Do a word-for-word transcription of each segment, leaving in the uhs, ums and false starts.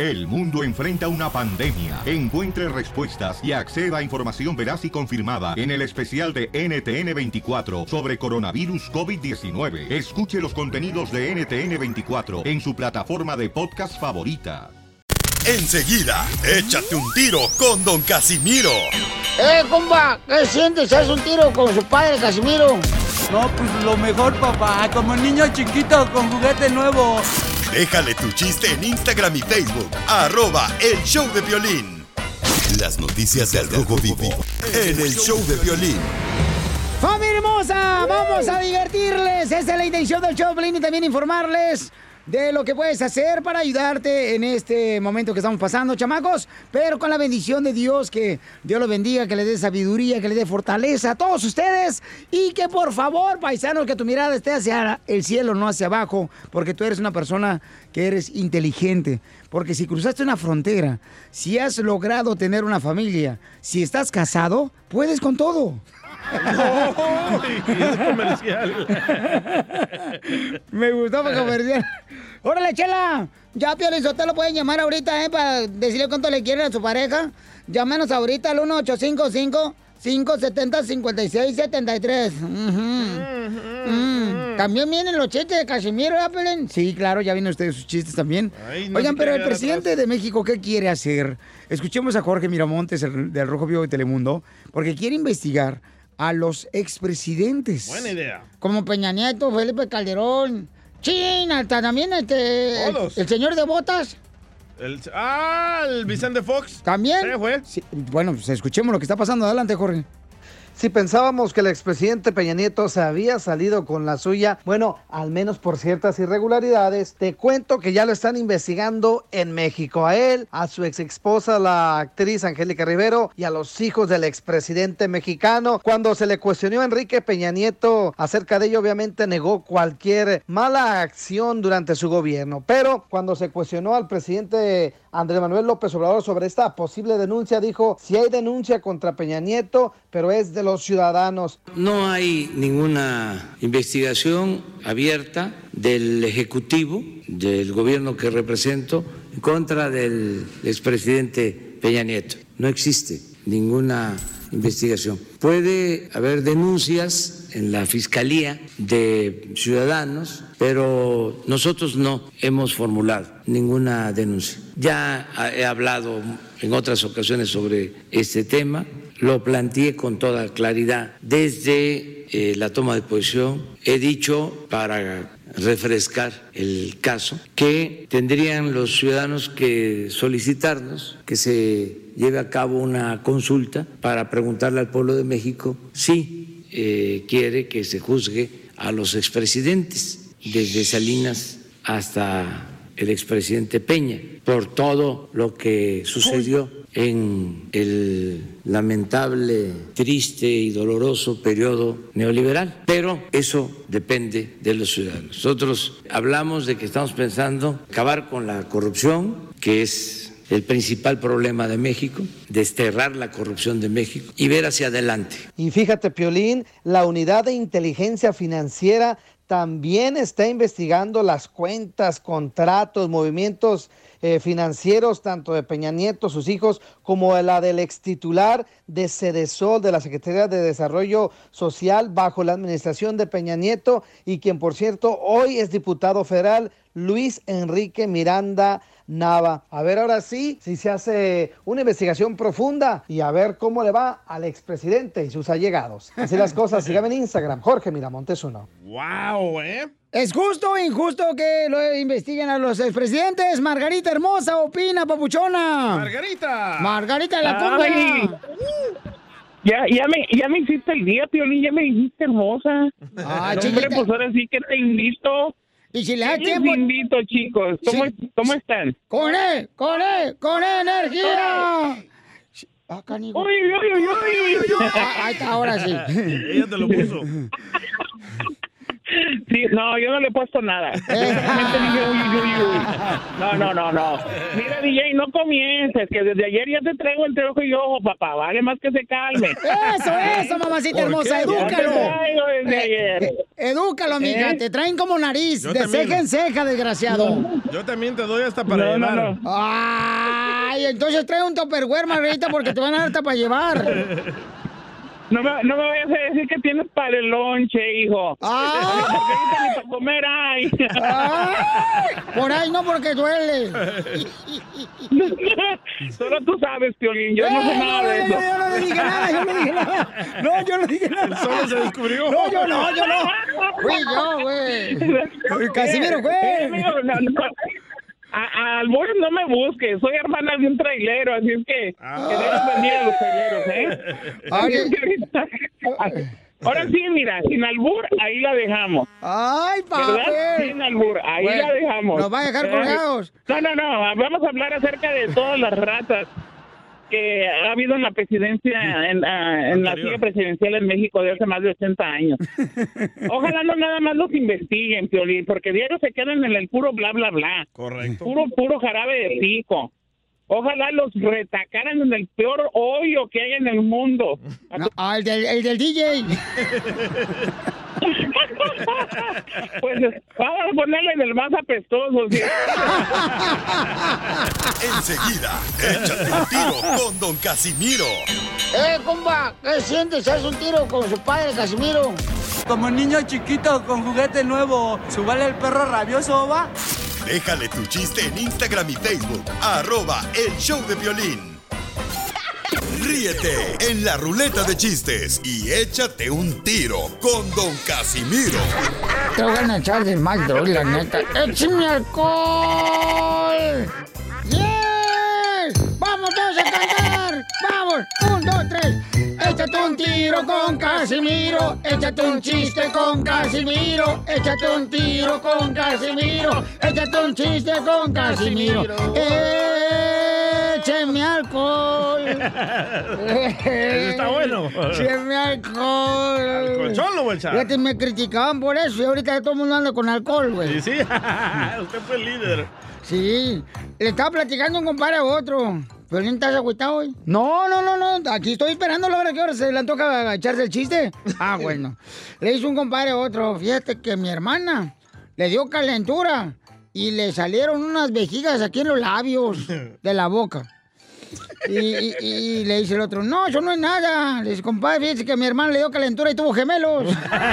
El mundo enfrenta una pandemia. Encuentre respuestas y acceda a información veraz y confirmada en el especial de N T N veinticuatro sobre coronavirus COVID diecinueve. Escuche los contenidos de N T N veinticuatro en su plataforma de podcast favorita. Enseguida, échate un tiro con Don Casimiro. ¡Eh, compa! ¿Qué sientes? ¿Haz un tiro con su padre, Casimiro? No, pues lo mejor, papá. Como niño chiquito con juguete nuevo. Déjale tu chiste en Instagram y Facebook. Arroba El Show de Violín. Las noticias del Rojo Vivo en El Show de Violín. ¡Familia hermosa! ¡Vamos a divertirles! Esa es la intención del show de Violín y también informarles de lo que puedes hacer para ayudarte en este momento que estamos pasando, chamacos, pero con la bendición de Dios, que Dios los bendiga, que les dé sabiduría, que les dé fortaleza a todos ustedes y que por favor, paisanos, que tu mirada esté hacia el cielo, no hacia abajo, porque tú eres una persona que eres inteligente, porque si cruzaste una frontera, si has logrado tener una familia, si estás casado, puedes con todo. No, es comercial. Me gustó para comercial. ¡Órale, Chela! Ya, Pio Lizotelo lo pueden llamar ahorita, ¿eh? Para decirle cuánto le quieren a su pareja. Llámenos ahorita al uno ocho cinco cinco, cinco siete cero, cinco seis siete tres. Uh-huh. Mm. También vienen los chistes de Casimiro, ¿ya, Pelín? Sí, claro, ya vienen ustedes sus chistes también. Ay, no. Oigan, pero el presidente atrás de México, ¿qué quiere hacer? Escuchemos a Jorge Miramontes, el, del Rojo Vivo de Telemundo, porque quiere investigar a los expresidentes. Buena idea. Como Peña Nieto, Felipe Calderón, China, también este, el, el señor de botas. El, ah, el Vicente Fox. ¿También? Sí, fue. Sí, bueno, pues escuchemos lo que está pasando. Adelante, Jorge. Si pensábamos que el expresidente Peña Nieto se había salido con la suya, bueno, al menos por ciertas irregularidades, te cuento que ya lo están investigando en México. A él, a su ex esposa, la actriz Angélica Rivero, y a los hijos del expresidente mexicano. Cuando se le cuestionó a Enrique Peña Nieto acerca de ello, obviamente negó cualquier mala acción durante su gobierno. Pero cuando se cuestionó al presidente Andrés Manuel López Obrador sobre esta posible denuncia, dijo: si hay denuncia contra Peña Nieto, pero es de los ciudadanos. No hay ninguna investigación abierta del Ejecutivo, del gobierno que represento, en contra del expresidente Peña Nieto. No existe ninguna investigación. Puede haber denuncias en la Fiscalía de ciudadanos, pero nosotros no hemos formulado ninguna denuncia. Ya he hablado en otras ocasiones sobre este tema, lo planteé con toda claridad desde eh, la toma de posición. He dicho, para refrescar el caso, que tendrían los ciudadanos que solicitarnos que se lleve a cabo una consulta para preguntarle al pueblo de México si eh, quiere que se juzgue a los expresidentes, desde Salinas hasta el expresidente Peña, por todo lo que sucedió en el lamentable, triste y doloroso periodo neoliberal. Pero eso depende de los ciudadanos. Nosotros hablamos de que estamos pensando acabar con la corrupción, que es el principal problema de México, desterrar la corrupción de México y ver hacia adelante. Y fíjate, Piolín, la Unidad de Inteligencia Financiera también está investigando las cuentas, contratos, movimientos eh, financieros, tanto de Peña Nieto, sus hijos, como de la del extitular de Sedesol, de la Secretaría de Desarrollo Social, bajo la administración de Peña Nieto, y quien, por cierto, hoy es diputado federal, Luis Enrique Miranda Nava. A ver ahora sí, si se hace una investigación profunda y a ver cómo le va al expresidente y sus allegados. Así las cosas, síganme en Instagram, Jorge Miramontes uno. ¡Wow, eh! ¿Es justo o injusto que lo investiguen a los expresidentes? Margarita hermosa, opina, papuchona. ¡Margarita! ¡Margarita la cumbia! Ya, ya, me, ya me hiciste el día, Piolín, ya me dijiste hermosa. Ah, hombre, pues ahora sí que te invito. Y si le da Les tiempo... invito, chicos. ¿Cómo, sí. ¿cómo están? ¡Con él! ¡Con él! ¡Con energía! Ah, canigo. ¡Uy, uy, uy, uy! Ah, ahí está, ahora sí. Ella te lo puso. Sí, no, yo no le he puesto nada. Yo solamente dije, uy, uy, uy. No, no, no, no. Mira, D J, no comiences, que desde ayer ya te traigo entre ojo y ojo, papá. Vale más que se calme. Eso, eso, mamacita hermosa, edúcalo. Ya te traigo desde ayer. Eh, edúcalo, amiga. ¿Eh? Te traen como nariz, Yo de también. ceja en ceja, desgraciado. Yo también te doy hasta para No, no, llevar. no. Ay, entonces trae un tupperware, Margarita, porque te van a dar hasta para llevar. No me, no me vayas a decir que tienes para el lonche, hijo. ¡Ah! Porque ahorita ni para comer hay. Ay, por ahí no, porque duele. Solo tú sabes, Piolín. Yo no sé Eh, nada de yo, eso. yo no dije nada, yo no dije nada. No, yo no dije nada. Solo se descubrió. No, yo no, yo no. Fui yo, güey. Casimiro, Eh, güey. amigo, no, no. A, al burro no me busques, soy hermana de un trailero, así es que, Ah. que debes venir a los traileros, ¿eh? Así es que ahorita- ahora sí, mira, sin albur, ahí la dejamos. Ay, ¿Verdad? papel. Sin albur, ahí Bueno, la dejamos. nos va a dejar Eh, colgados. No, no, no, vamos a hablar acerca de todas las ratas que ha habido en la presidencia, en, ah, en la Anterior. silla presidencial en México de hace más de ochenta años. Ojalá no nada más los investiguen, Piolín, porque diario se quedan en el puro bla, bla, bla. Correcto. Puro, puro jarabe de pico. Ojalá los retacaran en el peor hoyo que hay en el mundo. No, ah, el, del, el del D J. Pues vamos a ponerle en el más apestoso. ¿sí? Enseguida, échate un tiro con Don Casimiro. Eh, compa, ¿qué sientes? ¿Haz un tiro con su padre, Casimiro? Como niño chiquito con juguete nuevo, ¿subale el perro rabioso, va? Déjale tu chiste en Instagram y Facebook, arroba el show de violín. Ríete en la ruleta de chistes y échate un tiro con Don Casimiro. Te voy a echar de mal, droga, la neta. ¡Échame alcohol! ¡Yes! ¡Vamos todos a cantar! ¡Vamos! ¡Un, dos, tres! Échate un tiro con Casimiro. Échate un chiste con Casimiro. Échate un tiro con Casimiro. Échate un chiste con Casimiro. ¡Écheme alcohol! Eso está bueno. ¡Écheme alcohol! Al colchón lo voy a echar. Fíjate, me criticaban por eso y ahorita todo el mundo anda con alcohol, güey. Sí, sí. Usted fue el líder. Sí, le estaba platicando un compadre a otro. ¿Pero estás agüitado hoy? No, no, no, no. Aquí estoy esperando la hora que ahora se le antoja echarse el chiste. Ah, bueno. Le hizo un compadre a otro. Fíjate que mi hermana le dio calentura y le salieron unas vejigas aquí en los labios de la boca. Y, y- y le dice el otro, no, eso no es nada. Le dice, compadre, fíjate que a mi hermana le dio calentura y tuvo gemelos.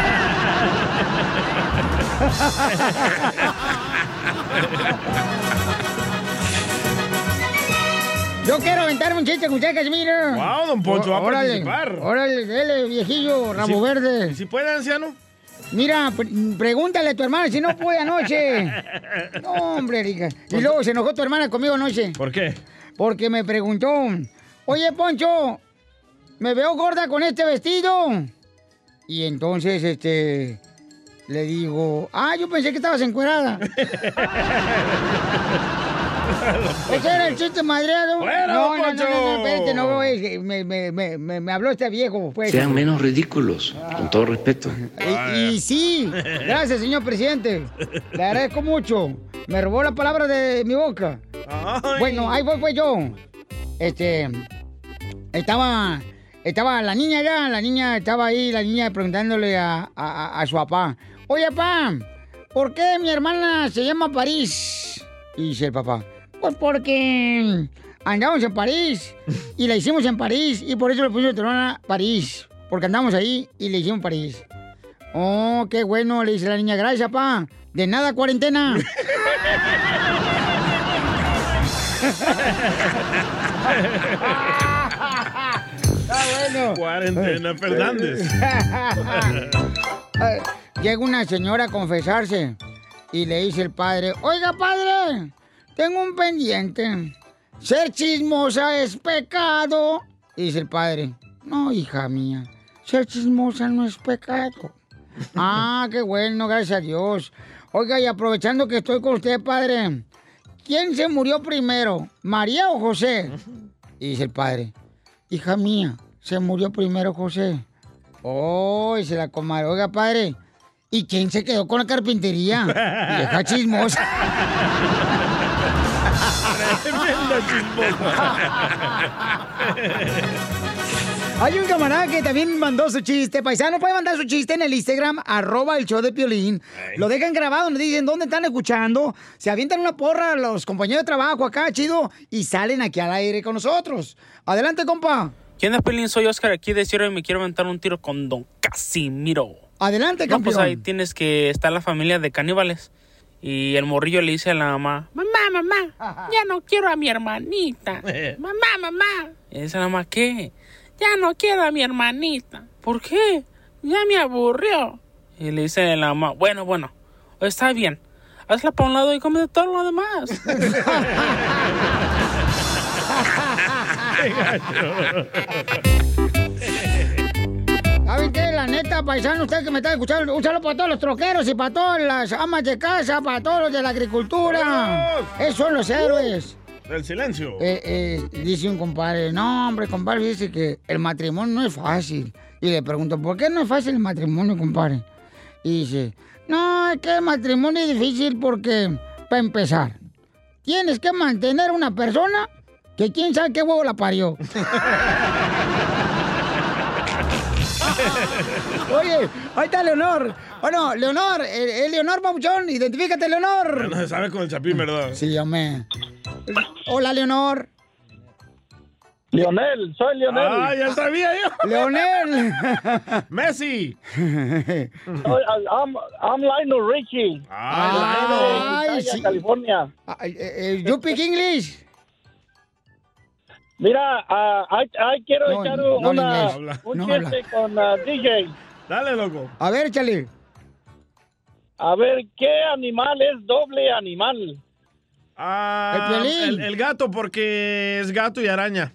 Yo quiero aventarme un chiste con usted, Casimiro. Wow, don Poncho, va a Órale, participar. Órale, dele, viejillo, rabo ¿Sí- verde. ¿Sí puede, anciano? Mira, pre- pregúntale a tu hermana si no puede anoche. No, hombre, Erika. Y luego se enojó tu hermana conmigo anoche. ¿Por qué? Porque me preguntó, oye, Poncho, ¿me veo gorda con este vestido? Y entonces, este, le digo, ah, yo pensé que estabas encuerada. Ese era el chiste madreado. ¡Fuera, no, no, no, Poncho! no, no, espérate, no, es- me, me, me, me, me habló este viejo, pues. Sean menos ridículos, con todo respeto. Y, y sí, gracias, señor presidente. Le agradezco mucho. Me robó la palabra de mi boca. Ay. Bueno, ahí voy, pues yo. Este. Estaba. Estaba la niña ya, la niña estaba ahí, la niña preguntándole a, a- a su papá. Oye, papá, ¿por qué mi hermana se llama París? Y dice el papá. Pues porque andamos en París y la hicimos en París y por eso le pusimos tu hermana París. Porque andamos ahí y le hicimos París. Oh, qué bueno, le dice la niña. Gracias, papá. De nada, cuarentena. Está bueno. Cuarentena Fernández. Ay, Llega una señora a confesarse y le dice el padre, oiga, padre, tengo un pendiente. Ser chismosa es pecado. Y dice el padre, no, hija mía, ser chismosa no es pecado. Ah, qué bueno, gracias a Dios. Oiga, y aprovechando que estoy con usted, padre, ¿quién se murió primero, María o José? Y dice el padre, hija mía, se murió primero José. Oh, dice la comadre, oiga, padre, ¿Y quién se quedó con la carpintería? Vieja chismosa. Tremenda chismosa. Hay un camarada que también mandó su chiste. Paisano puede mandar su chiste en el Instagram, arroba el show de Piolín. Ay. Lo dejan grabado, nos dicen dónde están escuchando. Se avientan una porra los compañeros de trabajo acá, chido, y salen aquí al aire con nosotros. Adelante, compa. ¿Quién es, Piolín? Soy Oscar aquí de Sierra y me quiero aventar un tiro con Don Casimiro. Adelante, campeón. No, pues ahí tienes que estar la familia de caníbales. Y el morrillo le dice a la mamá, mamá, mamá, ya no quiero a mi hermanita. Mamá, mamá. Y dice la mamá, ¿qué? Ya no quiero a mi hermanita. ¿Por qué? Ya me aburrió. Y le dice la mamá, bueno, bueno, está bien. Hazla para un lado y come todo lo demás. ¿Saben qué? La neta, paisano, usted que me está escuchando, un saludo para todos los troqueros y para todas las amas de casa, para todos los de la agricultura. Esos son los héroes. El silencio. Eh, eh, dice un compadre, no, hombre, compadre, dice que el matrimonio no es fácil. Y le pregunto, ¿por qué no es fácil el matrimonio, compadre? Y dice, no, es que el matrimonio es difícil porque, para empezar, tienes que mantener una persona que quién sabe qué huevo la parió. Oye, ahí está Leonor. Bueno, Leonor, eh, eh, Leonor Pabuchón, identifícate, Leonor. No se sabe con el chapín, ¿verdad? Sí, hombre. Hola, Leonor. Lionel, soy Lionel. Ah, ya sabía yo. Leonel. Messi. Soy, I'm, I'm Lionel Richie. Ah, Lionel. sí. California. Uh, uh, you speak English? Mira, uh, I, I quiero no, echar no, una, no un no chiste con uh, D J. Dale, loco. A ver, échale. A ver, ¿qué animal es doble animal? Ah, el, el, el gato, porque es gato y araña.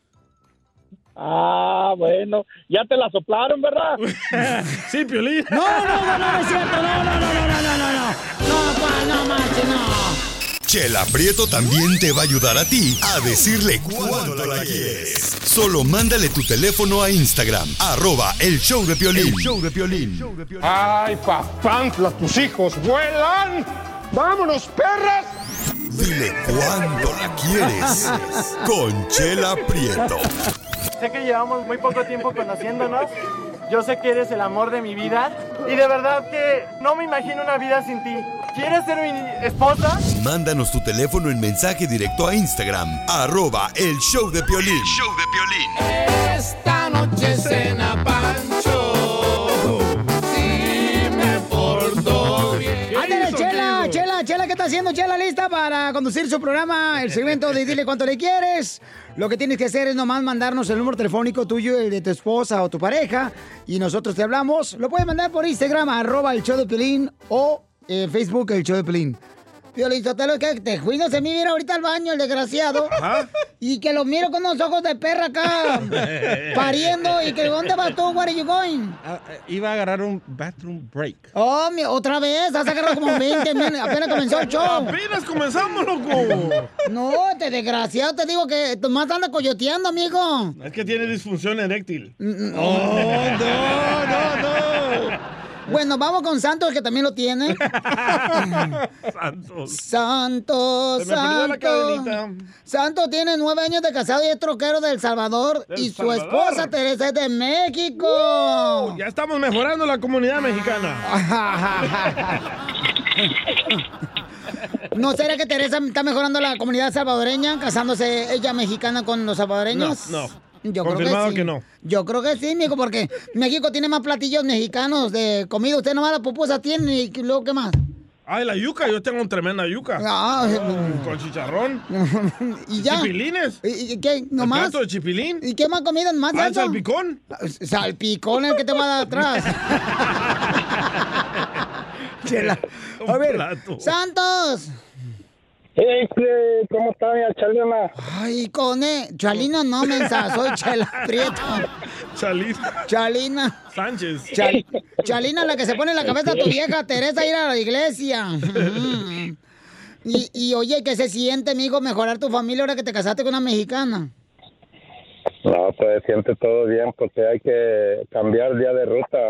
Ah, bueno. Ya te la soplaron, ¿verdad? Sí, Piolín. No, no, no, no, no es cierto. No, no, no, no, no, no, no. No, pa, no, manches, no. Chela Prieto también te va a ayudar a ti a decirle cuánto la quieres. Solo mándale tu teléfono a Instagram, arroba el show de Piolín. El show de Piolín. ¡Ay, papantla, tus hijos vuelan! ¡Vámonos, perras! Dile cuánto la quieres. Con Chela Prieto. Sé que llevamos muy poco tiempo conociéndonos. Yo sé que eres el amor de mi vida. Y de verdad que no me imagino una vida sin ti. ¿Quieres ser mi esposa? Mándanos tu teléfono en mensaje directo a Instagram, arroba el show de Piolín. El show de Piolín. Esta noche cena Pancho, si me porto bien. ¡Ándale, Chela! Chela, Chela, ¿qué está haciendo Chela? ¿Lista para conducir su programa, el segmento de Dile Cuánto Le Quieres? Lo que tienes que hacer es nomás mandarnos el número telefónico tuyo, el de tu esposa o tu pareja, y nosotros te hablamos. Lo puedes mandar por Instagram, arroba el show de Piolín, o en Facebook, el show de Piolín. Piolín Sotelo, que te cuidas de mí, mira ahorita al baño, el desgraciado. ¿Ah? Y que lo miro con unos ojos de perra acá, pariendo, y que ¿dónde vas tú? Where are you going? Uh, iba a agarrar un bathroom break. Oh, mi, otra vez, has agarrado como veinte, apenas comenzó el show. Apenas comenzamos, loco. No, te desgraciado, te digo que más anda coyoteando, amigo. Es que tiene disfunción eréctil. No, no, no, no. Bueno, vamos con Santos, que también lo tiene. Santos. Santos, Se me perdió la cadenita. Santos tiene nueve años de casado y es troquero de El Salvador. Del y Salvador. Su esposa Teresa es de México. Uh, ya estamos mejorando la comunidad mexicana. ¿No será que Teresa está mejorando la comunidad salvadoreña, casándose ella mexicana con los salvadoreños? No, no. Yo Confirmado creo que, sí. que no. Yo creo que sí, mijo, porque México tiene más platillos mexicanos de comida. Usted nomás la pupusa tiene y luego, ¿qué más? Ay, la yuca, yo tengo tremenda yuca. Ah, oh, con chicharrón. ¿Y ya? Chipilines. ¿Y, y qué? ¿No el más? plato de chipilín. ¿Y qué más comida? ¿Más ah, eso? salpicón. Salpicón es el que te va a dar atrás. Chela. A ver, plato. Santos. Hey, ¿cómo está mi Chalina? Ay, cone, Chalina no, mensa, soy Chela Prieto. Chalina. Chalina. Sánchez. Chal, Chalina, la que se pone en la cabeza a tu vieja Teresa ir a la iglesia. y, y oye, ¿qué se siente, amigo, mejorar tu familia ahora que te casaste con una mexicana? No, pues siente todo bien porque hay que cambiar día de ruta.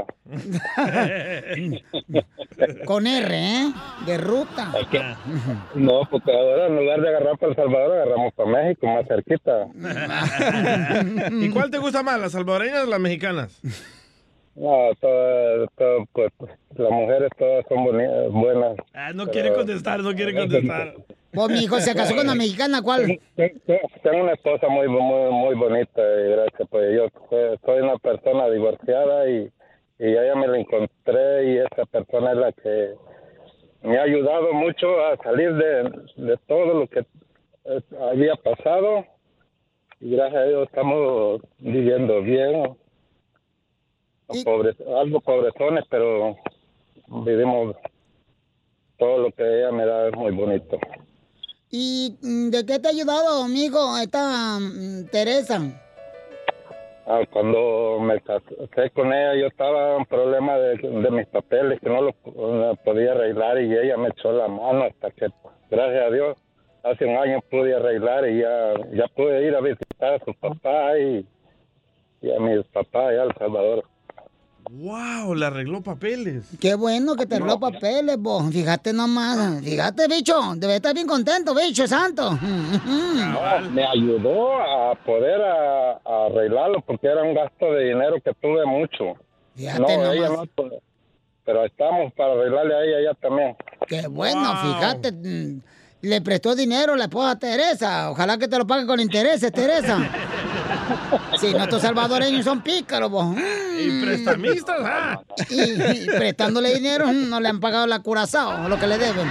Con R, ¿eh? De ruta. Hay que- No, porque ahora en lugar de agarrar para El Salvador, agarramos para México, más cerquita. ¿Y cuál te gusta más, las salvadoreñas o las mexicanas? No, todo, todo, pues, las mujeres todas son boni- buenas. Ah, no pero- quiere contestar, no quiere contestar. Vos, mi hijo, se casó con una mexicana, ¿cuál? Tengo una esposa muy, muy, muy bonita y gracias, pues yo soy- soy una persona divorciada y, y a ella me la encontré y esa persona es la que me ha ayudado mucho a salir de, de todo lo que eh, había pasado y gracias a Dios estamos viviendo bien. Pobres, algo pobrezones, pero vivimos todo lo que ella me da es muy bonito. ¿Y mm, de qué te ha ayudado, amigo, esta mm, Teresa? Ah, cuando me casé con ella, yo estaba en problema de, de mis papeles, que no los no podía arreglar, y ella me echó la mano hasta que, gracias a Dios, hace un año pude arreglar y ya, ya pude ir a visitar a sus papás y, y a mis papás allá a El Salvador. ¡Wow! Le arregló papeles. Qué bueno que te arregló papeles, vos. Fíjate nomás. Fíjate, bicho. Debe estar bien contento, bicho santo. No, me ayudó a poder a, a arreglarlo porque era un gasto de dinero que tuve mucho. Fíjate no, nomás. ella no, pues, pero estamos para arreglarle a ella ya también. Qué bueno, fíjate. mm, Le prestó dinero la esposa a Teresa. Ojalá que te lo pague con intereses, Teresa. Sí, nuestros salvadoreños son pícaros, vos. Y prestamistas, ¿ah? Y, y prestándole dinero, mm, no le han pagado la curazao, lo que le deben.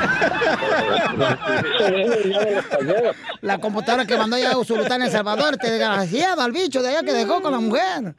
La computadora que mandó ya a Usulután en El Salvador, te desgraciado al bicho de allá que dejó con la mujer.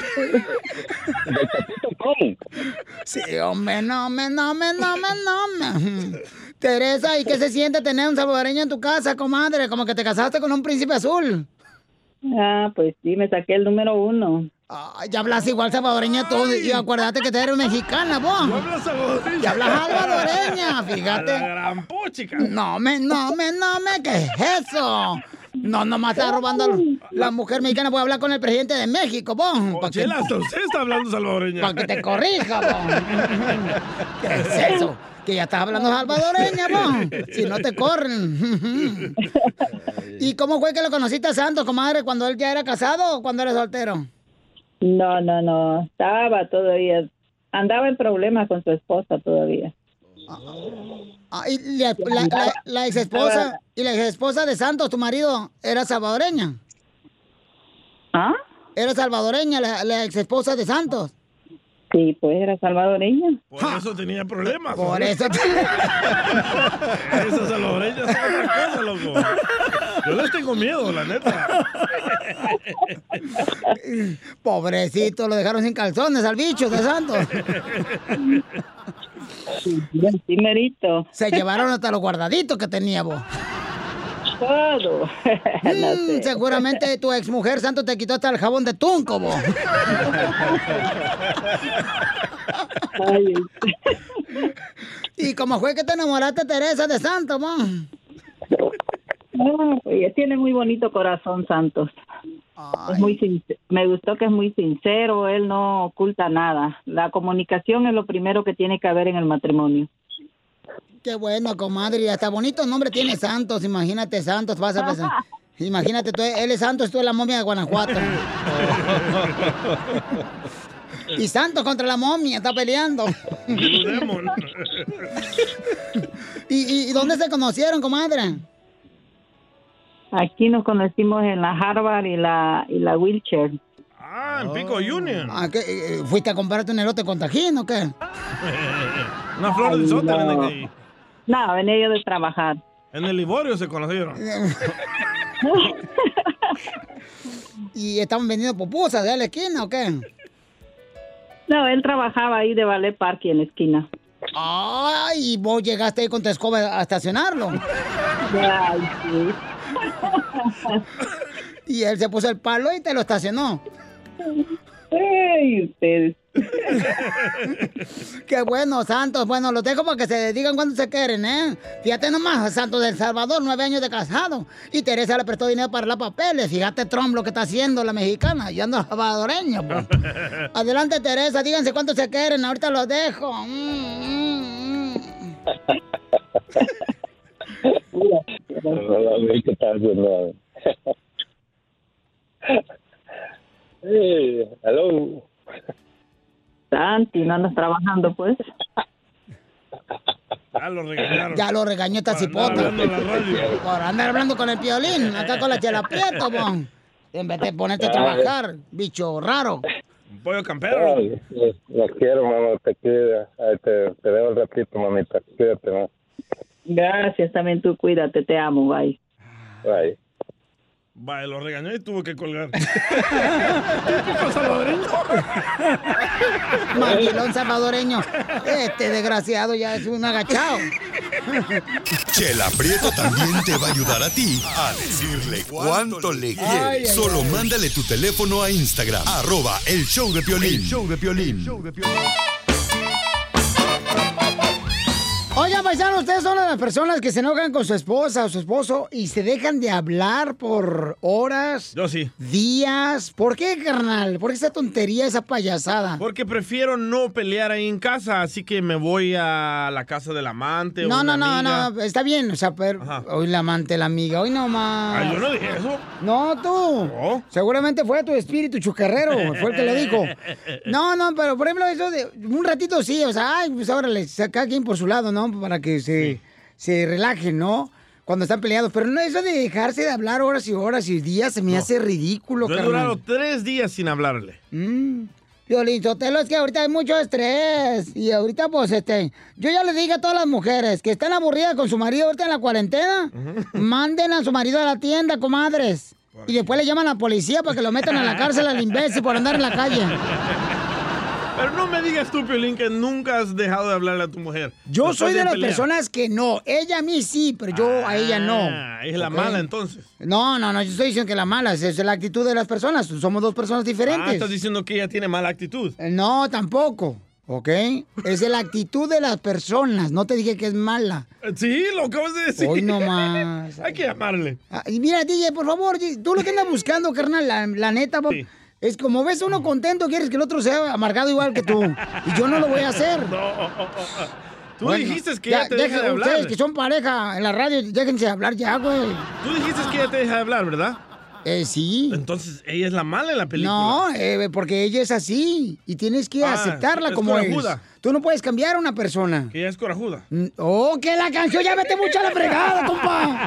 Sí, hombre, no, me, no, me, no, me, no, me. Teresa, ¿y qué se siente tener un salvadoreño en tu casa, comadre? Como que te casaste con un príncipe azul. Ah, pues sí, me saqué el número uno. Ay, ya hablas igual salvadoreña tú, y acuérdate que tú eres mexicana, vos. No hablas salvadoreña. Ya hablas salvadoreña, fíjate. A la gran puchica. No me, no me, no me, ¿qué es eso? No, nomás está robando la mujer mexicana. Voy a hablar con el presidente de México, vos. Pa' que- Chela, hasta usted está hablando salvadoreña. Para que te corrija, vos. ¿Qué es eso? Que ya estás hablando salvadoreña, vos. Si no te corren. ¿Y cómo fue que lo conociste a Santos, comadre? ¿Cuando él ya era casado o cuando era soltero? No, no, no, estaba todavía, andaba en problemas con su esposa todavía. Ah, y la, la, la, la ex esposa y la ex esposa de Santos, tu marido, era salvadoreña. ¿Ah? Era salvadoreña la, la ex esposa de Santos. Sí, pues era salvadoreña. Por eso tenía problemas. Por eso. Esas salvadoreñas son otra cosa, loco. Yo les tengo miedo, la neta. Pobrecito, lo dejaron sin calzones al bicho de Santos. Sí, merito. Se llevaron hasta los guardaditos que tenía vos. Todo. Mm, No sé. Seguramente tu exmujer Santos te quitó hasta el jabón de tunco, vos. Ay, ¿Y cómo fue que te enamoraste, Teresa, de Santos, vos? no, pues, tiene muy bonito corazón, Santos. Es muy sinc- me gustó que es muy sincero, él no oculta nada. La comunicación es lo primero que tiene que haber en el matrimonio. Qué bueno, comadre. Y hasta bonito nombre tiene Santos. Imagínate, Santos, vas a pensar. Imagínate, tú, él es Santos, tú eres la momia de Guanajuato. Y Santos contra la momia, está peleando. ¿Y, y, y dónde se conocieron, comadre? Aquí nos conocimos en la Harvard y la y la Wheelchair. Ah, en Pico Union. Ah, ¿qué, eh, ¿Fuiste a comprarte un elote con tajín o qué? Una flor de sota venden ahí. No, venía yo de trabajar. En el Liborio se conocieron. ¿Y estaban vendiendo pupusas de la esquina o qué? No, él trabajaba ahí de Ballet Park en la esquina. Ay, ¿y vos llegaste ahí con tu escoba a estacionarlo? Ay, sí. Y él se puso el palo y te lo estacionó. ¡Ey, ustedes! Qué bueno, Santos. Bueno, los dejo para que se digan cuándo se quieren, ¿eh? Fíjate nomás, Santos del Salvador, nueve años de casado. Y Teresa le prestó dinero para los papeles. Fíjate, Trump, lo que está haciendo la mexicana. Y ando salvadoreño, pues. Adelante, Teresa, díganse cuánto se quieren. Ahorita los dejo. Mm, mm, mm. ¿Qué estás haciendo? Hey, hello. Santi, no andas trabajando, pues. Ya lo regañaron. Ya lo regañó esta cipota. Por andar hablando con el Piolín, acá con la Chela Prieto, bon. En vez de ponerte a trabajar, bicho raro. Un pollo campero. Ay, los quiero, mamá, te quiero. Ay, te, te veo un ratito, mamita. Cuídate, mamá. Gracias, también tú cuídate, te amo, bye. Bye. Vaya, lo regañó y tuvo que colgar. ¿Qué pasa, salvadoreño? Maquilón salvadoreño. Este desgraciado ya es un agachado. Chela Prieto también te va a ayudar a ti a decirle cuánto le quieres. Ay, ay, Solo ay. mándale tu teléfono a Instagram, arroba el show de Piolín. El show de Piolín. Oigan, paisanos, ustedes son de las personas que se enojan con su esposa o su esposo y se dejan de hablar por horas. Yo sí. Días. ¿Por qué, carnal? ¿Por qué esa tontería, esa payasada? Porque prefiero no pelear ahí en casa, así que me voy a la casa del amante. No, o no, una no, amiga. no, está bien, o sea, pero hoy la amante, la amiga, hoy no más. Ah, yo no dije eso. No, tú. Seguramente fue tu espíritu chucarrero, fue el que lo dijo. No, no, pero por ejemplo, eso de un ratito sí, o sea, ay, pues órale, cada quien por su lado, ¿no? Para que se, se relajen, ¿no? Cuando están peleados. Pero no, eso de dejarse de hablar horas y horas y días se me No. hace ridículo, Yo he carnal. durado tres días sin hablarle. Mm. Violín Sotelo, es que ahorita hay mucho estrés. Y ahorita, pues, este... Yo ya les dije a todas las mujeres que están aburridas con su marido ahorita en la cuarentena, manden a su marido a la tienda, comadres. Y después le llaman a la policía para que lo metan a la cárcel al imbécil por andar en la calle. Pero no me digas tú, Piolín, que nunca has dejado de hablarle a tu mujer. Yo Después soy de las pelear. personas que no. Ella a mí sí, pero yo a ella no. Ah, es la ¿Ok? mala entonces. No, no, no, yo estoy diciendo que la mala es, es la actitud de las personas. Somos dos personas Ah, diferentes. estás diciendo que ella tiene mala actitud. Eh, No, tampoco. ¿Ok? Es de la actitud de las personas. No te dije que es mala. Sí, lo acabas de decir. Hoy no más. Hay que llamarle. Ah, y mira, D J, por favor, tú lo que andas buscando, carnal, la, la neta, Bob, Sí. es como ves a uno contento, quieres que el otro sea amargado igual que tú. Y yo no lo voy a hacer. Tú Bueno, dijiste que ella te deja- deja de hablar. Ustedes que son pareja en la radio, déjense de hablar ya, güey. Tú dijiste que ella te deja de hablar, ¿verdad? Eh, sí. Entonces, ella es la mala en la película. No, eh, porque ella es así y tienes que Ah, aceptarla es como es. corajuda. Tú no puedes cambiar a una persona. Que ella es corajuda. Mm, Oh, que la canción ya vete mucho a la fregada, compa.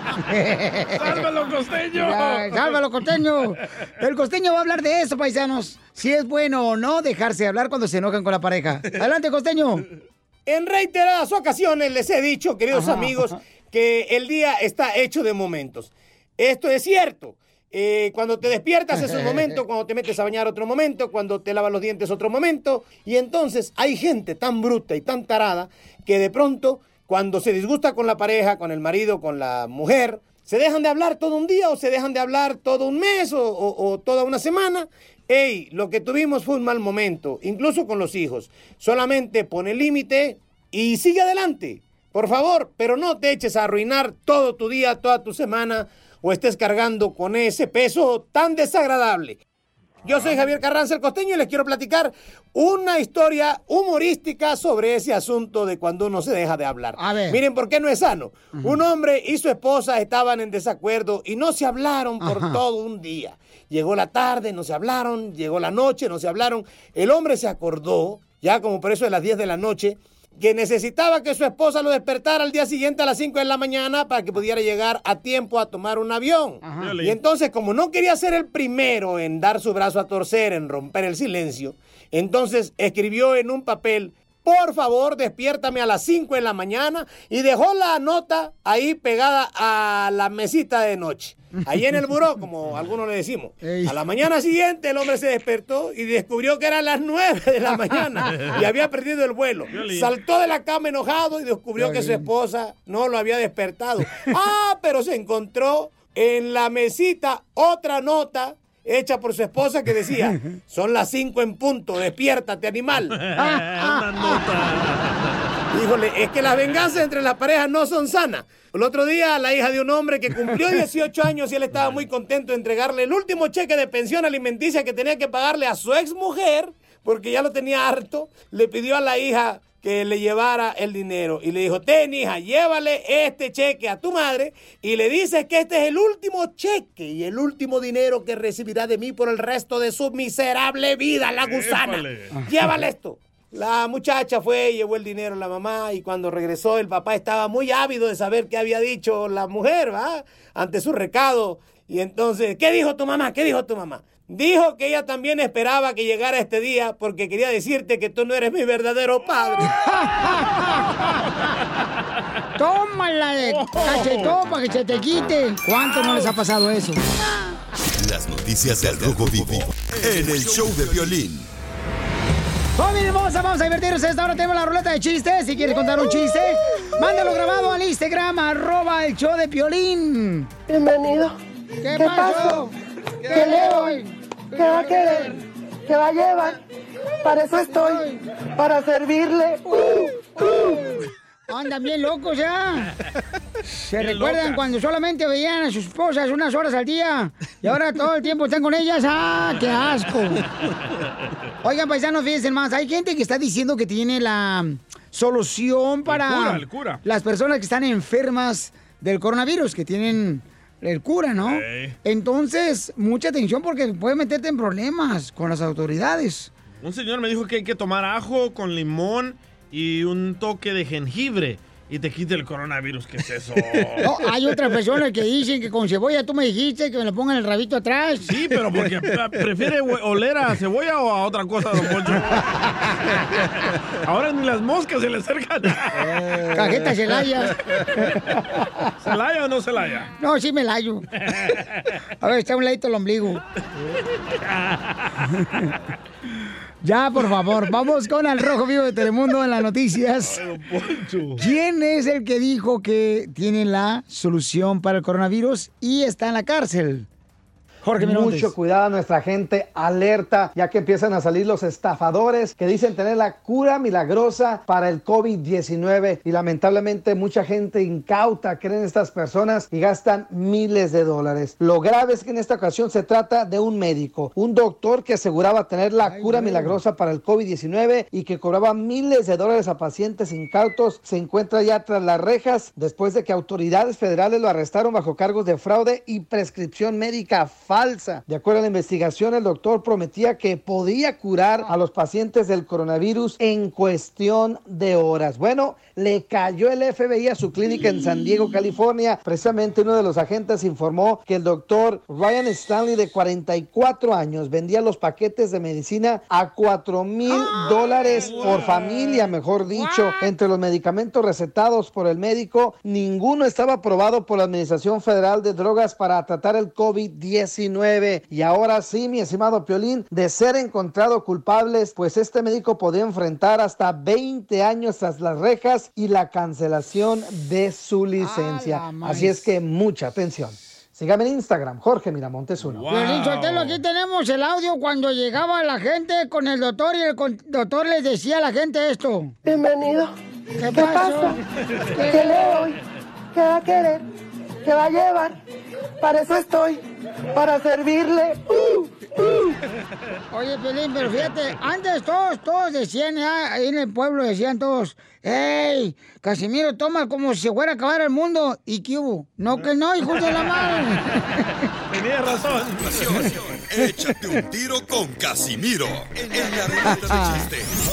¡Sálvalo, costeño! Ya, sálvalo, costeño. El costeño va a hablar de eso, paisanos. Si es bueno o no dejarse hablar cuando se enojan con la pareja. Adelante, costeño. En reiteradas ocasiones les he dicho, queridos Ajá. amigos, que el día está hecho de momentos. Esto es cierto. Eh, cuando te despiertas es un momento, cuando te metes a bañar otro momento, cuando te lavas los dientes otro momento. Y entonces hay gente tan bruta y tan tarada que de pronto, cuando se disgusta con la pareja, con el marido, con la mujer, se dejan de hablar todo un día o se dejan de hablar todo un mes o, o- o toda una semana. Ey, lo que tuvimos fue un mal momento, incluso con los hijos. Solamente pone límite y sigue adelante. Por favor, pero no te eches a arruinar todo tu día, toda tu semana, o estés cargando con ese peso tan desagradable. Yo soy Javier Carranza, el costeño, y les quiero platicar una historia humorística sobre ese asunto de cuando uno se deja de hablar. A ver. Miren, ¿por qué no es sano? Un hombre y su esposa estaban en desacuerdo y no se hablaron por Ajá. todo un día. Llegó la tarde, no se hablaron, llegó la noche, no se hablaron. El hombre se acordó, ya como por eso de las diez de la noche, que necesitaba que su esposa lo despertara al día siguiente a las cinco de la mañana para que pudiera llegar a tiempo a tomar un avión. Ajá. Y entonces, como no quería ser el primero en dar su brazo a torcer, en romper el silencio, entonces escribió en un papel: por favor, despiértame a las cinco de la mañana, y dejó la nota ahí pegada a la mesita de noche. Ahí en el buró, como algunos le decimos. A la mañana siguiente el hombre se despertó y descubrió que eran las nueve de la mañana y había perdido el vuelo. Saltó de la cama enojado y descubrió que su esposa no lo había despertado. Ah, pero se encontró en la mesita otra nota hecha por su esposa que decía, son las cinco en punto, despiértate, animal. Una nota. Híjole, es que las venganzas entre las parejas no son sanas. El otro día, la hija de un hombre que cumplió dieciocho años y él estaba muy contento de entregarle el último cheque de pensión alimenticia que tenía que pagarle a su ex mujer, porque ya lo tenía harto, le pidió a la hija que le llevara el dinero y le dijo, ten hija, llévale este cheque a tu madre y le dices que este es el último cheque y el último dinero que recibirá de mí por el resto de su miserable vida, la gusana. Épale. Llévale esto. La muchacha fue y llevó el dinero a la mamá y cuando regresó el papá estaba muy ávido de saber qué había dicho la mujer, ¿va? Ante su recado. Y entonces, ¿qué dijo tu mamá? ¿Qué dijo tu mamá? Dijo que ella también esperaba que llegara este día porque quería decirte que tú no eres mi verdadero padre. Tómala de cachetón para que se te quite. ¿Cuánto no les ha pasado eso? Las noticias del Rojo Vivo en el show de Piolín. ¡Familia hermosa! Vamos a divertirnos. Esta hora tenemos la ruleta de chistes. Si quieres contar un chiste, mándalo grabado al Instagram, arroba el show de Piolín. Bienvenido. ¿Qué, ¿Qué pasó? pasó? ¿Qué le doy? ¿Qué va a querer? ¿Qué va a llevar? Para eso estoy, para servirle. Uh, uh. Andan bien locos ya. Se Bien recuerdan locas. cuando solamente veían a sus esposas unas horas al día y ahora todo el tiempo están con ellas. ¡Ah, qué asco! Oigan, paisanos, fíjense más. Hay gente que está diciendo que tiene la solución para El cura, el cura. las personas que están enfermas del coronavirus, que tienen el cura, ¿no? Ey. Entonces, mucha atención porque puede meterte en problemas con las autoridades. Un señor me dijo que hay que tomar ajo con limón y un toque de jengibre y te quita el coronavirus. ¿Qué es eso? No, hay otras personas que dicen que con cebolla tú me dijiste que me le pongan el rabito atrás. Sí, pero porque prefiere oler a cebolla o a otra cosa, don Poncho. Ahora ni las moscas se le acercan. Eh, cajeta Celaya. ¿Celaya o no Celaya? No, sí me layo. A ver, está a un ladito el ombligo. Ya, por favor, vamos con Al Rojo Vivo de Telemundo en las noticias. ¿Quién es el que dijo que tiene la solución para el coronavirus y está en la cárcel? Jorge Miramontes. Mucho cuidado a nuestra gente, alerta, ya que empiezan a salir los estafadores que dicen tener la cura milagrosa para el COVID diecinueve y lamentablemente mucha gente incauta creen estas personas y gastan miles de dólares. Lo grave es que en esta ocasión se trata de un médico, un doctor que aseguraba tener la Ay, cura no. milagrosa para el COVID diecinueve y que cobraba miles de dólares a pacientes incautos. Se encuentra ya tras las rejas después de que autoridades federales lo arrestaron bajo cargos de fraude y prescripción médica falsa. De acuerdo a la investigación, el doctor prometía que podía curar a los pacientes del coronavirus en cuestión de horas. Bueno, le cayó el F B I a su clínica en San Diego, California. Precisamente uno de los agentes informó que el doctor Ryan Stanley, de cuarenta y cuatro años, vendía los paquetes de medicina a cuatro mil dólares por familia, mejor dicho. Entre los medicamentos recetados por el médico, ninguno estaba aprobado por la Administración Federal de Drogas para tratar el COVID diecinueve. Y ahora sí, mi estimado Piolín, de ser encontrado culpables, pues este médico podría enfrentar hasta veinte años tras las rejas y la cancelación de su licencia. Así es que mucha atención. Sígame en Instagram, Jorge Miramontes uno. Piolín Sotelo, aquí tenemos el audio cuando llegaba la gente con el doctor y el con- doctor les decía a la gente esto. Bienvenido. ¿Qué ¿Qué pasó? pasó? ¿Qué le doy? ¿Qué va a querer? ¿Qué va a llevar? Para eso estoy, para servirle. Uh, uh. Oye, Piolín, pero fíjate, antes todos, todos decían, ah, ahí en el pueblo decían todos, ¡ey, Casimiro, toma como si se fuera a acabar el mundo! ¿Y qué hubo? No, que no, hijos de la madre. Tenía razón. Échate un tiro con Casimiro en la ruleta de chistes.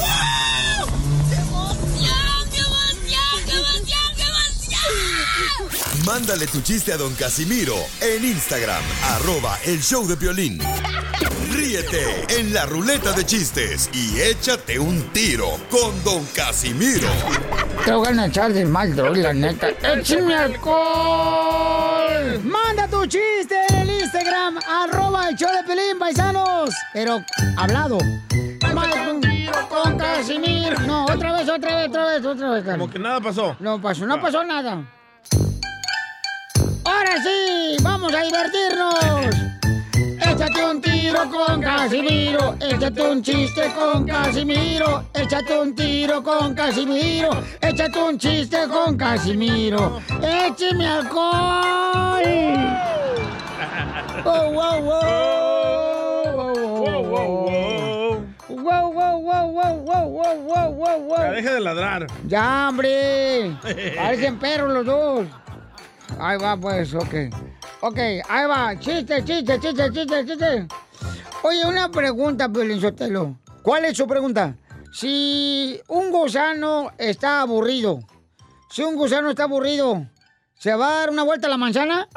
Mándale tu chiste a don Casimiro en Instagram, arroba el show de Piolín. Ríete en la ruleta de chistes y échate un tiro con don Casimiro. Te voy a echar de mal, droga, la neta. ¡Échame alcohol! Manda tu chiste en el Instagram, arroba el show de Piolín, paisanos. Pero hablado. Manda un tiro con Casimiro. No, otra vez, otra vez, otra vez, otra vez. Como que nada pasó. No pasó, no pasó nada. Ahora sí, vamos a divertirnos. Échate un tiro con Casimiro. Échate un chiste con Casimiro. Échate un tiro con Casimiro. Échate un chiste con Casimiro. ¡Écheme alcohol! ¡Wow, wow, wow! ¡Wow, wow, wow! ¡Wow, wow, wow, wow, wow, wow, wow, wow, wow! Ya deje de ladrar. ¡Ya, hombre! Parecen perros los dos. Ahí va, pues, ok. Ok, ahí va. Chiste, chiste, chiste, chiste, chiste. Oye, una pregunta, Piolín Sotelo. ¿Cuál es su pregunta? Si un gusano está aburrido, si un gusano está aburrido, ¿se va a dar una vuelta a la manzana?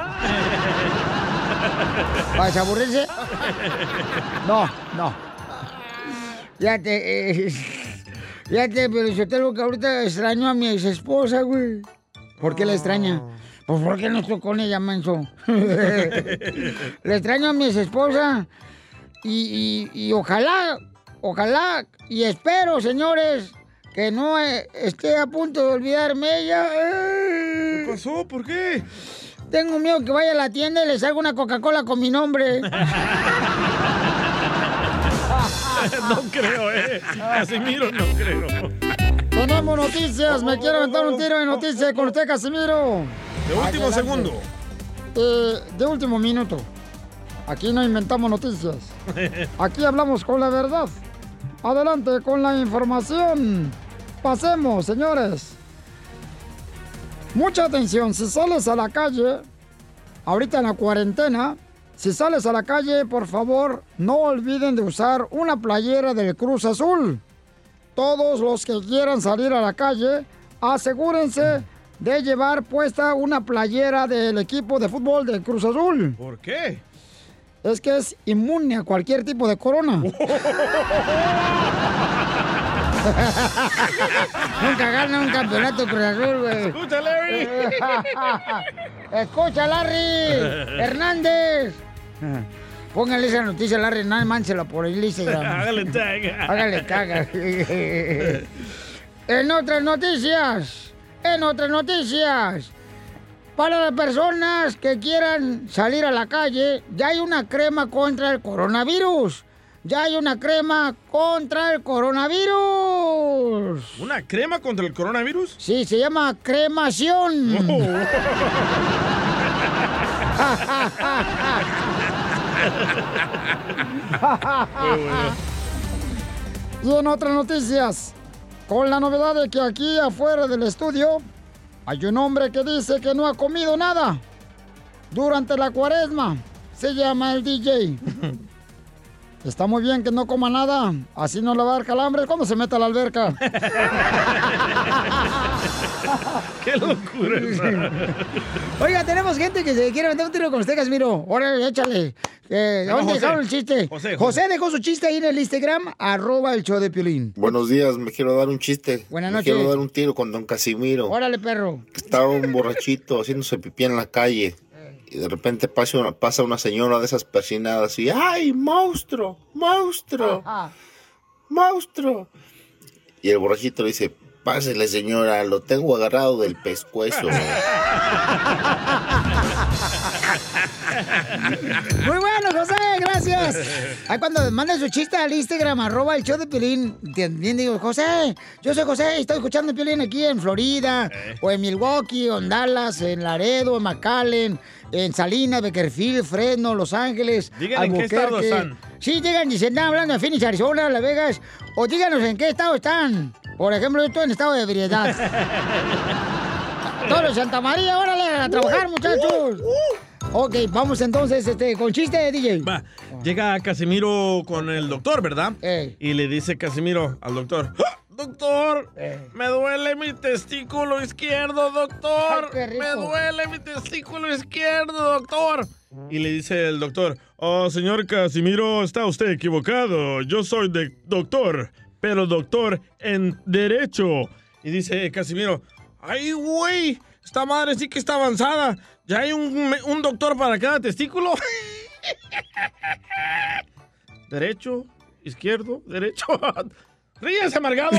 ¿Para desaburrirse? No, no. Fíjate, eh, fíjate, Piolín Sotelo, que ahorita extraño a mi ex esposa, güey. ¿Por qué la extraña? Pues porque no estoy con ella, menso. Le extraño a mi ex esposa. Y, y, y ojalá, ojalá, y espero, señores, que no eh, esté a punto de olvidarme ella. ¿Qué pasó? ¿Por qué? Tengo miedo que vaya a la tienda y le salga una Coca-Cola con mi nombre. No creo, eh. Casimiro, no creo. Tenemos noticias. Me quiero aventar un tiro de noticias con usted, Casimiro. De último Adelante. segundo. Eh, de último minuto. Aquí no inventamos noticias. Aquí hablamos con la verdad. Adelante con la información. Pasemos, señores. Mucha atención. Si sales a la calle, ahorita en la cuarentena, si sales a la calle, por favor, no olviden de usar una playera del Cruz Azul. Todos los que quieran salir a la calle, asegúrense de llevar puesta una playera del equipo de fútbol del Cruz Azul. ¿Por qué? Es que es inmune a cualquier tipo de corona. Nunca gana un campeonato Cruz Azul, güey. Escucha, Larry. Escucha, Larry. Hernández. Póngale esa noticia a Larry Hernández, mánsela por el Instagram. Hágale tag. Hágale tag. En otras noticias, en otras noticias, para las personas que quieran salir a la calle, ya hay una crema contra el coronavirus. Ya hay una crema contra el coronavirus. ¿Una crema contra el coronavirus? Sí, se llama cremación. Oh. Y en otras noticias, con la novedad de que aquí afuera del estudio hay un hombre que dice que no ha comido nada durante la cuaresma. Se llama el D J. Está muy bien que no coma nada, así no le va a dar calambre cuando se meta a la alberca. ¡Qué locura esa! Oiga, tenemos gente que se quiere meter un tiro con usted, Casimiro. Órale, échale. Eh, ¿Dónde José. dejaron el chiste? José, José, José. dejó su chiste ahí en el Instagram, arroba el show de Piolín. Buenos días, me quiero dar un chiste. Buenas me noches. quiero dar un tiro con don Casimiro. Órale, perro. Estaba un borrachito haciéndose pipí en la calle. Y de repente pasa una, pasa una señora de esas persinadas y ¡ay, monstruo! ¡Monstruo! ¡Monstruo! Y el borrachito le dice, pásele señora, lo tengo agarrado del pescuezo. Muy bueno, José, gracias. Ahí cuando manden su chiste al Instagram, arroba el show de Piolín, también digo, José, yo soy José, estoy escuchando Piolín aquí en Florida, Eh. o en Milwaukee, o en Dallas, en Laredo, en McAllen, en Salinas, Bakersfield, Fresno, Los Ángeles, Digan en qué estado Albuquerque. están. Sí, digan, si están hablando de Phoenix, Arizona, Las Vegas, o díganos en qué estado están. Por ejemplo, yo estoy en estado de ebriedad. Todos los Santa María, órale, a trabajar, muchachos. Ok, vamos entonces este, con chiste de D J. Va, llega Casimiro con el doctor, ¿verdad? Y le dice Casimiro al doctor, ¡Ah! Doctor, me duele mi testículo izquierdo, doctor. Ay, qué rico. Me duele mi testículo izquierdo, doctor. Y le dice el doctor, oh, señor Casimiro, está usted equivocado. Yo soy de doctor, pero doctor en derecho. Y dice Casimiro, ay, güey, esta madre sí que está avanzada. ¿Ya hay un, un doctor para cada testículo? Derecho, izquierdo, derecho. ¡Ríese, amargado! ¡Te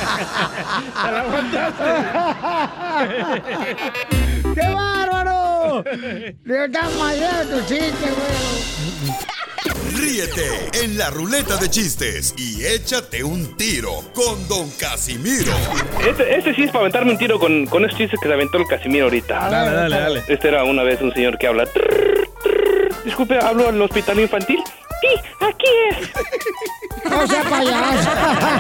la aguantaste! ¡Qué bárbaro! Casimiro. Le estás madreando tu chiste, güey. Ríete en la ruleta de chistes y échate un tiro con Don Casimiro. Este, este sí es para aventarme un tiro con, con esos chistes que se aventó el Casimiro ahorita. Dale, dale, dale. Este era una vez un señor que habla. Disculpe, ¿hablo al hospital infantil? Sí, aquí es. No sea payaso.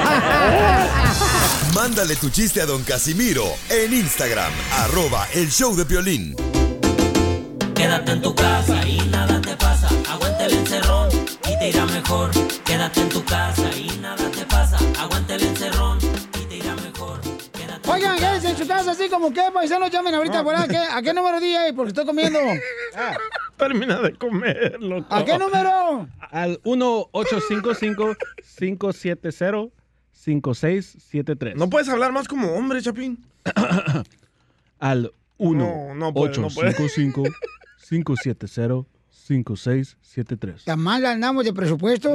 Mándale tu chiste a Don Casimiro en Instagram, arroba el show de Piolín. Quédate en tu casa y nada te pasa. Aguanta el encerrón y te irá mejor. Quédate en tu casa y nada te pasa. Aguanta el encerrón y te irá mejor. Oigan, quédense en su casa así como que, paisanos, llamen ahorita, ¿verdad? ¿A qué, ¿A qué número D J? Porque estoy comiendo. Ah, termina de comer, loco. ¿A qué número? Al uno ocho cinco cinco, cinco siete cero, cinco seis siete tres. No puedes hablar más como hombre, Chapín. Al uno No, no puede, ocho no puede. cinco cinco, cinco siete cero, cinco seis siete tres. ¿Tan mal andamos de presupuesto?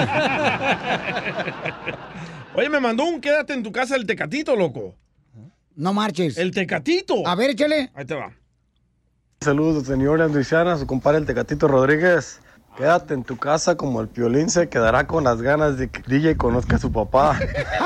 Oye, me mandó un quédate en tu casa el Tecatito, loco. No marches. El Tecatito. A ver, échale. Ahí te va. Saludos, señora Luisiana, su compadre el Tecatito Rodríguez. Quédate en tu casa como el Piolín se quedará con las ganas de que D J conozca a su papá.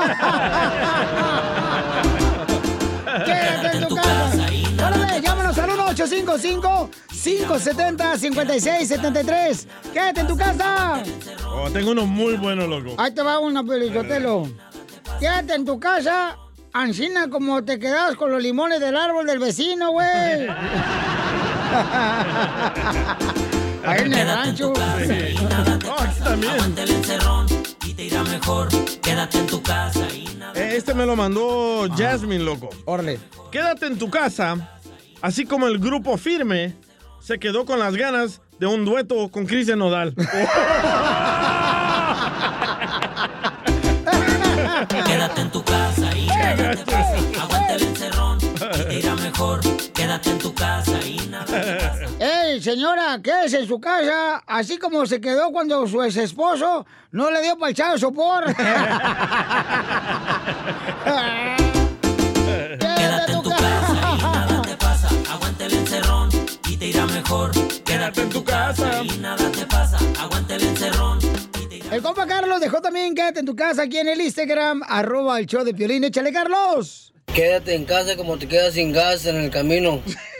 Quédate en tu casa. Órale, llámanos al uno ocho cinco cinco, cinco siete cero, cinco seis siete tres. Quédate en tu casa. Oh, tengo uno muy bueno, loco. Ahí te va una, Pelizotelo. Quédate en tu casa, ancina como te quedas con los limones del árbol del vecino, güey. Ahí en el rancho. Sí. Oh, aquí también. Aguanta el encerrón y te irá mejor. Quédate en tu casa y nada. Este me lo mandó Jasmine, loco. Órale. Quédate en tu casa, así como el grupo Firme se quedó con las ganas de un dueto con Cristian Nodal. Quédate en tu casa y nada te pasa. Aguanta el encerrón y te irá mejor. Quédate en tu casa y nada te pasa. ¡Ey, señora! Quédese en su casa, así como se quedó cuando su ex esposo no le dio para el chavo sopor. Quédate en tu casa y nada te pasa. Aguanta el encerrón y te irá mejor. Quédate en tu casa y nada te pasa. Aguanta el encerrón. El compa Carlos dejó también quédate en tu casa aquí en el Instagram, arroba el show de Piolín. ¡Échale, Carlos! Quédate en casa como te quedas sin gas en el camino.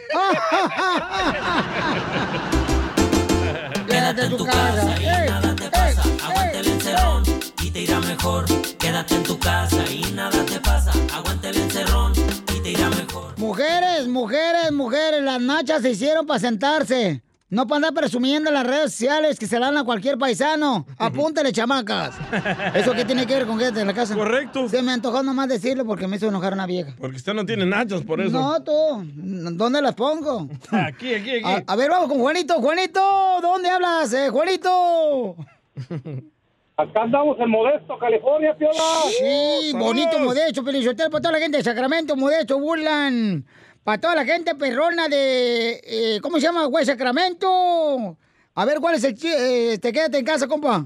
Quédate en tu casa y nada te pasa. Aguanta el encerrón y te irá mejor. Quédate en tu casa y nada te pasa. Aguanta el encerrón y te irá mejor. Mujeres, mujeres, mujeres, las nachas se hicieron para sentarse. No para andar presumiendo en las redes sociales que se la dan a cualquier paisano. Apúntale, chamacas. ¿Eso qué tiene que ver con quédate en la casa? Correcto. Se me antojó nomás decirlo porque me hizo enojar una vieja. Porque usted no tiene nachos, por eso. No, tú. ¿Dónde las pongo? Aquí, aquí, aquí. A, a ver, vamos con Juanito. Juanito, ¿dónde hablas, eh, Juanito? Acá andamos en Modesto, California, Piola. Sí, bonito Modesto, Pelizotelo, para toda la gente de Sacramento, Modesto, Burlan. Para toda la gente perrona de... Eh, ¿Cómo se llama, güey? Sacramento. A ver, ¿cuál es el... Eh, te quédate en casa, compa.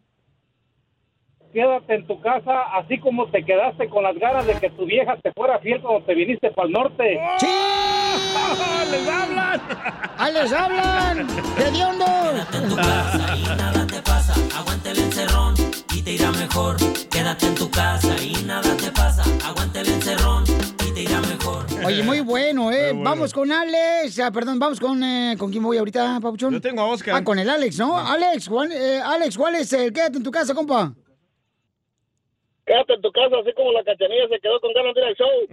Quédate en tu casa, así como te quedaste con las ganas de que tu vieja te fuera fiel cuando te viniste para el norte. ¡Sí! ¡Les hablan! ¡Ah, les hablan! ¡Hediondos! Quédate en tu casa y nada te pasa. Aguanta el encerrón y te irá mejor. Quédate en tu casa y nada te pasa. Aguanta el encerrón y te irá mejor. Oye, muy bueno, ¿eh? Bueno. Vamos con Alex. Ah, perdón, vamos con... Eh, ¿Con quién voy ahorita, Papuchón? Yo tengo a Oscar. Ah, con el Alex, ¿no? Ah. Alex, Juan, eh, Alex, ¿cuál es el quédate en tu casa, compa? Quédate en tu casa, así como la Cachanilla se quedó con ganas de ir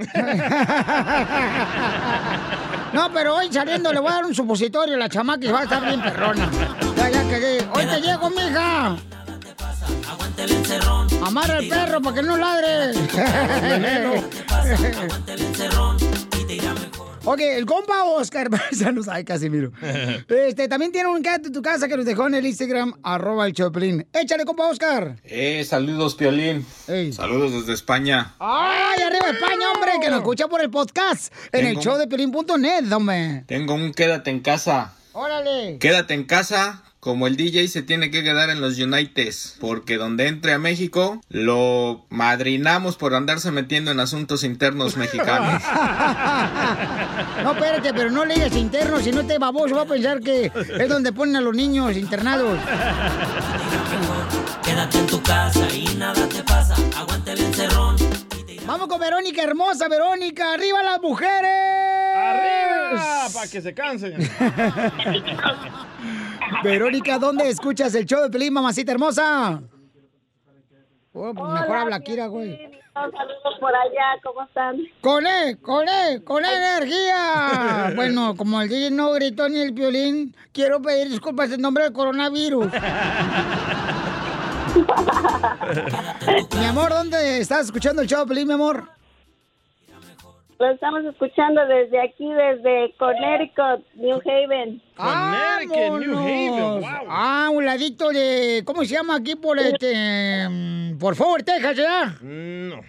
al show. No, pero hoy saliendo le voy a dar un supositorio a la chamaca y va a estar bien perrona. Ya, ya quedé. Hoy te llego, mija. Aguanta el encerrón. Amarra al perro para que no ladre. Aguanta el encerrón y te irá mejor. Ok, el compa Oscar, ya no sabe Casimiro. Este, también tiene un quédate en tu casa que nos dejó en el Instagram, arroba el Choplin. Échale, compa Oscar. Eh, saludos, Piolín. Ey. Saludos desde España. ¡Ay, arriba España, hombre! Que nos escucha por el podcast en Tengo- el show de Piolín punto net, hombre. Tengo un quédate en casa. ¡Órale! Quédate en casa como el D J se tiene que quedar en los Unites, porque donde entre a México lo madrinamos por andarse metiendo en asuntos internos mexicanos. No, espérate, pero no le digas interno, si no te baboso va a pensar que es donde ponen a los niños internados. Quédate en tu casa y nada te pasa. Aguanta el encerrón. Vamos con Verónica, hermosa Verónica. ¡Arriba las mujeres! ¡Arriba! Para que se cansen. Verónica, ¿dónde escuchas el show de Pelín, mamacita hermosa? Oh, pues mejor habla Kira, güey. Un saludo por allá, ¿cómo están? ¡Con él, con él, con energía! Bueno, como el D J no gritó ni el violín, quiero pedir disculpas en nombre del coronavirus. Mi amor, ¿dónde estás escuchando el show de Pelín, mi amor? Lo estamos escuchando desde aquí, desde Connecticut, New Haven. Connecticut, New Haven, wow. Ah, un ladito de... ¿Cómo se llama aquí por este... por favor, Texas, ¿ya? No.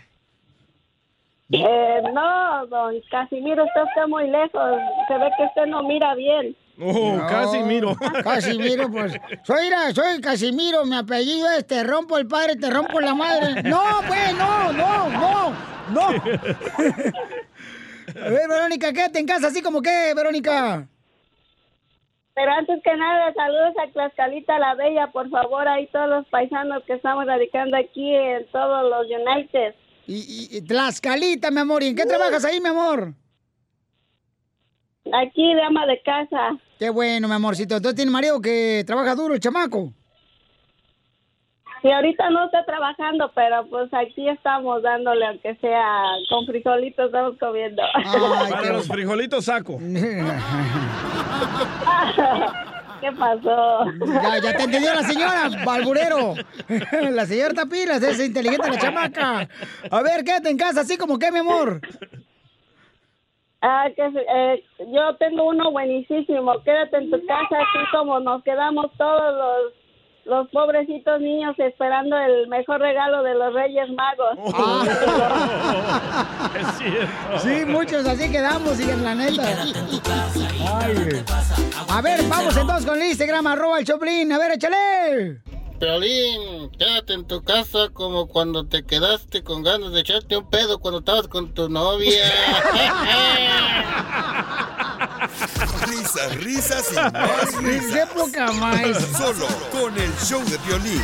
Eh, no, don Casimiro, usted está muy lejos. Se ve que usted no mira bien. Oh, No, Casimiro. Casimiro, pues. Soy, mira, soy Casimiro, mi apellido es Te rompo el padre, te rompo la madre. No, pues, no, no, no, no. A ver, Verónica, quédate en casa, así como que, Verónica. Pero antes que nada, saludos a Tlaxcalita la Bella, por favor, ahí todos los paisanos que estamos radicando aquí en todos los United. Y, y, y Tlaxcalita, mi amor, ¿y en qué uh. trabajas ahí, mi amor? Aquí de ama de casa. Qué bueno, mi amorcito. ¿Entonces tiene marido que trabaja duro, el chamaco? Sí, ahorita no está trabajando, pero pues aquí estamos dándole, aunque sea con frijolitos, estamos comiendo. Ay, para los frijolitos saco. ¿Qué pasó? Ya, ya te entendió la señora, balburero. La señora Tapilas, es inteligente la chamaca. A ver, quédate en casa, así como que, mi amor. Ah, que eh, yo tengo uno buenísimo. Quédate en tu casa, así como nos quedamos todos los los pobrecitos niños esperando el mejor regalo de los Reyes Magos. Oh, es cierto. Sí, muchos así quedamos, y en la neta. Ay. A ver, vamos entonces con el Instagram, arroba el Choplin. A ver, échale. Piolín, quédate en tu casa como cuando te quedaste con ganas de echarte un pedo cuando estabas con tu novia. Risas, risas y más risas. ¡Qué poca más! Solo con el show de Piolín.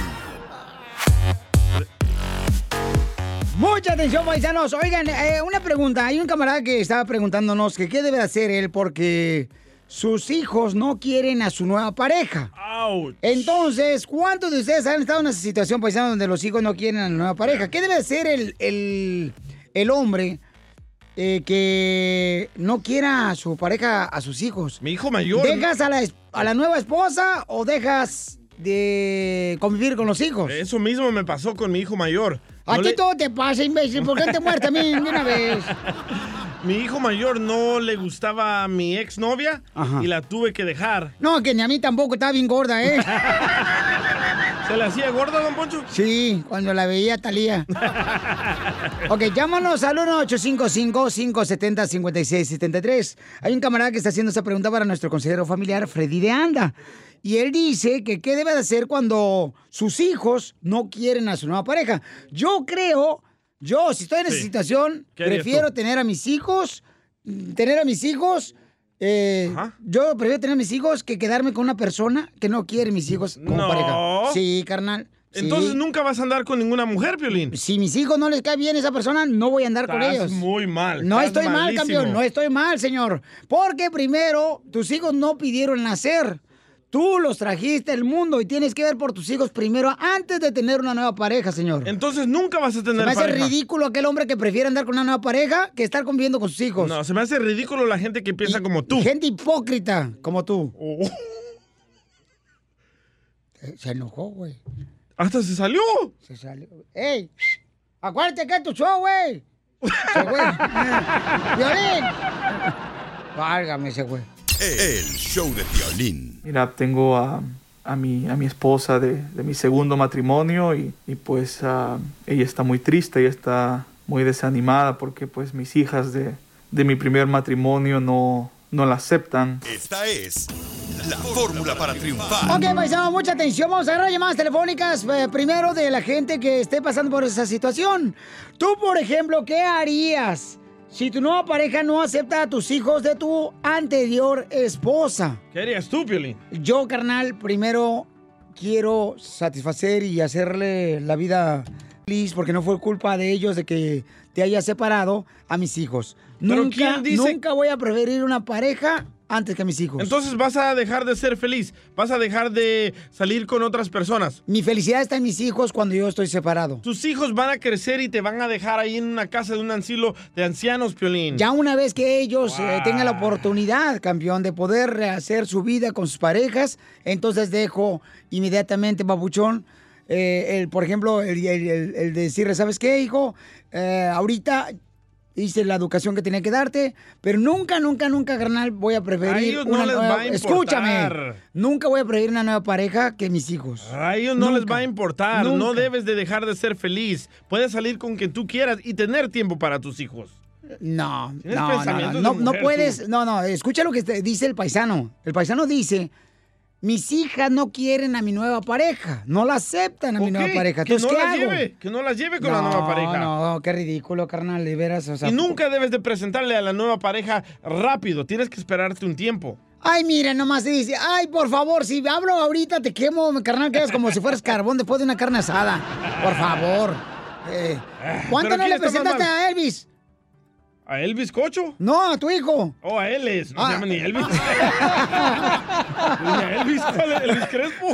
Mucha atención, paisanos. Oigan, eh, una pregunta. Hay un camarada que estaba preguntándonos que qué debe hacer él porque sus hijos no quieren a su nueva pareja. Ouch. Entonces, ¿cuántos de ustedes han estado en esa situación, paisano, donde los hijos no quieren a la nueva pareja? ¿Qué debe hacer el, el, el hombre eh, que no quiera a su pareja, a sus hijos? Mi hijo mayor. ¿Dejas a la, a la nueva esposa o dejas de convivir con los hijos? Eso mismo me pasó con mi hijo mayor. A No ti le- todo te pasa, imbécil. ¿Por qué te mueres también de una vez? Mi hijo mayor no le gustaba a mi exnovia y la tuve que dejar. No, que ni a mí tampoco, estaba bien gorda, ¿eh? ¿Se le hacía gorda, don Poncho? Sí, cuando la veía Talía. Ok, llámanos al uno ocho cinco cinco, cinco siete cero, cinco seis siete tres. Hay un camarada que está haciendo esa pregunta para nuestro consejero familiar, Freddy de Anda. Y él dice que qué debe de hacer cuando sus hijos no quieren a su nueva pareja. Yo creo, yo si estoy en esa Sí. situación, ¿Qué harías prefiero tú? tener a mis hijos, tener a mis hijos... Eh, yo prefiero tener a mis hijos que quedarme con una persona que no quiere mis hijos como No. pareja. Sí, carnal. sí. Entonces nunca vas a andar con ninguna mujer, Piolín. Si mis hijos no les cae bien esa persona, no voy a andar con Estás ellos. muy mal. No estás estoy mal, malísimo. campeón, no estoy mal, señor. Porque primero, tus hijos no pidieron nacer. Tú los trajiste al mundo y tienes que ver por tus hijos primero antes de tener una nueva pareja, señor. Entonces nunca vas a Se tener me hace pareja. ridículo aquel hombre que prefiere andar con una nueva pareja que estar conviviendo con sus hijos. No, se me hace ridículo la gente que piensa como tú. Gente hipócrita como tú. Oh. Se- Se enojó, güey. Hasta se salió. Se salió. ¡Ey! Acuérdate que es tu show, güey. Se fue. ¡Violín! Válgame ese güey. El show de Piolín. Mira, tengo a, a, mi, a mi esposa de, de mi segundo matrimonio y, y pues ah, ella está muy triste, ella está muy desanimada porque pues mis hijas de, de mi primer matrimonio no, no la aceptan. Esta es la fórmula para triunfar. Ok, paisano, mucha atención. Vamos a agarrar llamadas telefónicas eh, primero de la gente que esté pasando por esa situación. Tú, por ejemplo, ¿qué harías si tu nueva pareja no acepta a tus hijos de tu anterior esposa? ¿Qué harías tú, Piolín? Yo, carnal, primero quiero satisfacer y hacerle la vida feliz porque no fue culpa de ellos de que te hayas separado a mis hijos. ¿Pero Nunca, quién dice- nunca voy a preferir una pareja antes que a mis hijos. Entonces vas a dejar de ser feliz, vas a dejar de salir con otras personas. Mi felicidad está en mis hijos cuando yo estoy separado. Tus hijos van a crecer y te van a dejar ahí en una casa de un asilo de ancianos, Piolín. Ya una vez que ellos eh, tengan la oportunidad, campeón, de poder rehacer su vida con sus parejas, entonces dejo inmediatamente, papuchón, eh, el, por ejemplo, el, el, el- el decirle, ¿sabes qué, hijo? Eh, ahorita hice la educación que tenía que darte, pero nunca, nunca, nunca, carnal, voy a A preferir ellos no una les nueva... va a importar. Escúchame, nunca voy a preferir una nueva pareja que mis hijos. A ellos no Nunca. les va a importar, no Nunca. debes de dejar de ser feliz. Puedes salir con quien tú quieras y tener tiempo para tus hijos. No, Tienes no, no, pensamientos no, de no, no mujer, puedes, tú. no, no, escucha lo que te dice el paisano. El paisano dice, mis hijas no quieren a mi nueva pareja, no la aceptan a mi ¿Por nueva qué? pareja. Que Entonces, no ¿qué las hago? lleve, que no las lleve con la nueva pareja. No, qué ridículo, carnal, de veras. O sea, Y nunca debes de presentarle a la nueva pareja rápido, tienes que esperarte un tiempo. Ay, mira, nomás dice, ay, por favor, si hablo ahorita te quemo, carnal, quedas como si fueras carbón después de una carne asada. Por favor. Eh, ¿Cuánto ¿pero no quién le está más presentaste mal? a Elvis? ¿A Elvis Cocho? No, a tu hijo. Oh, a él es, no Ah. se llama ni Elvis. Ni a Elvis, ¿cuál es? Elvis Crespo.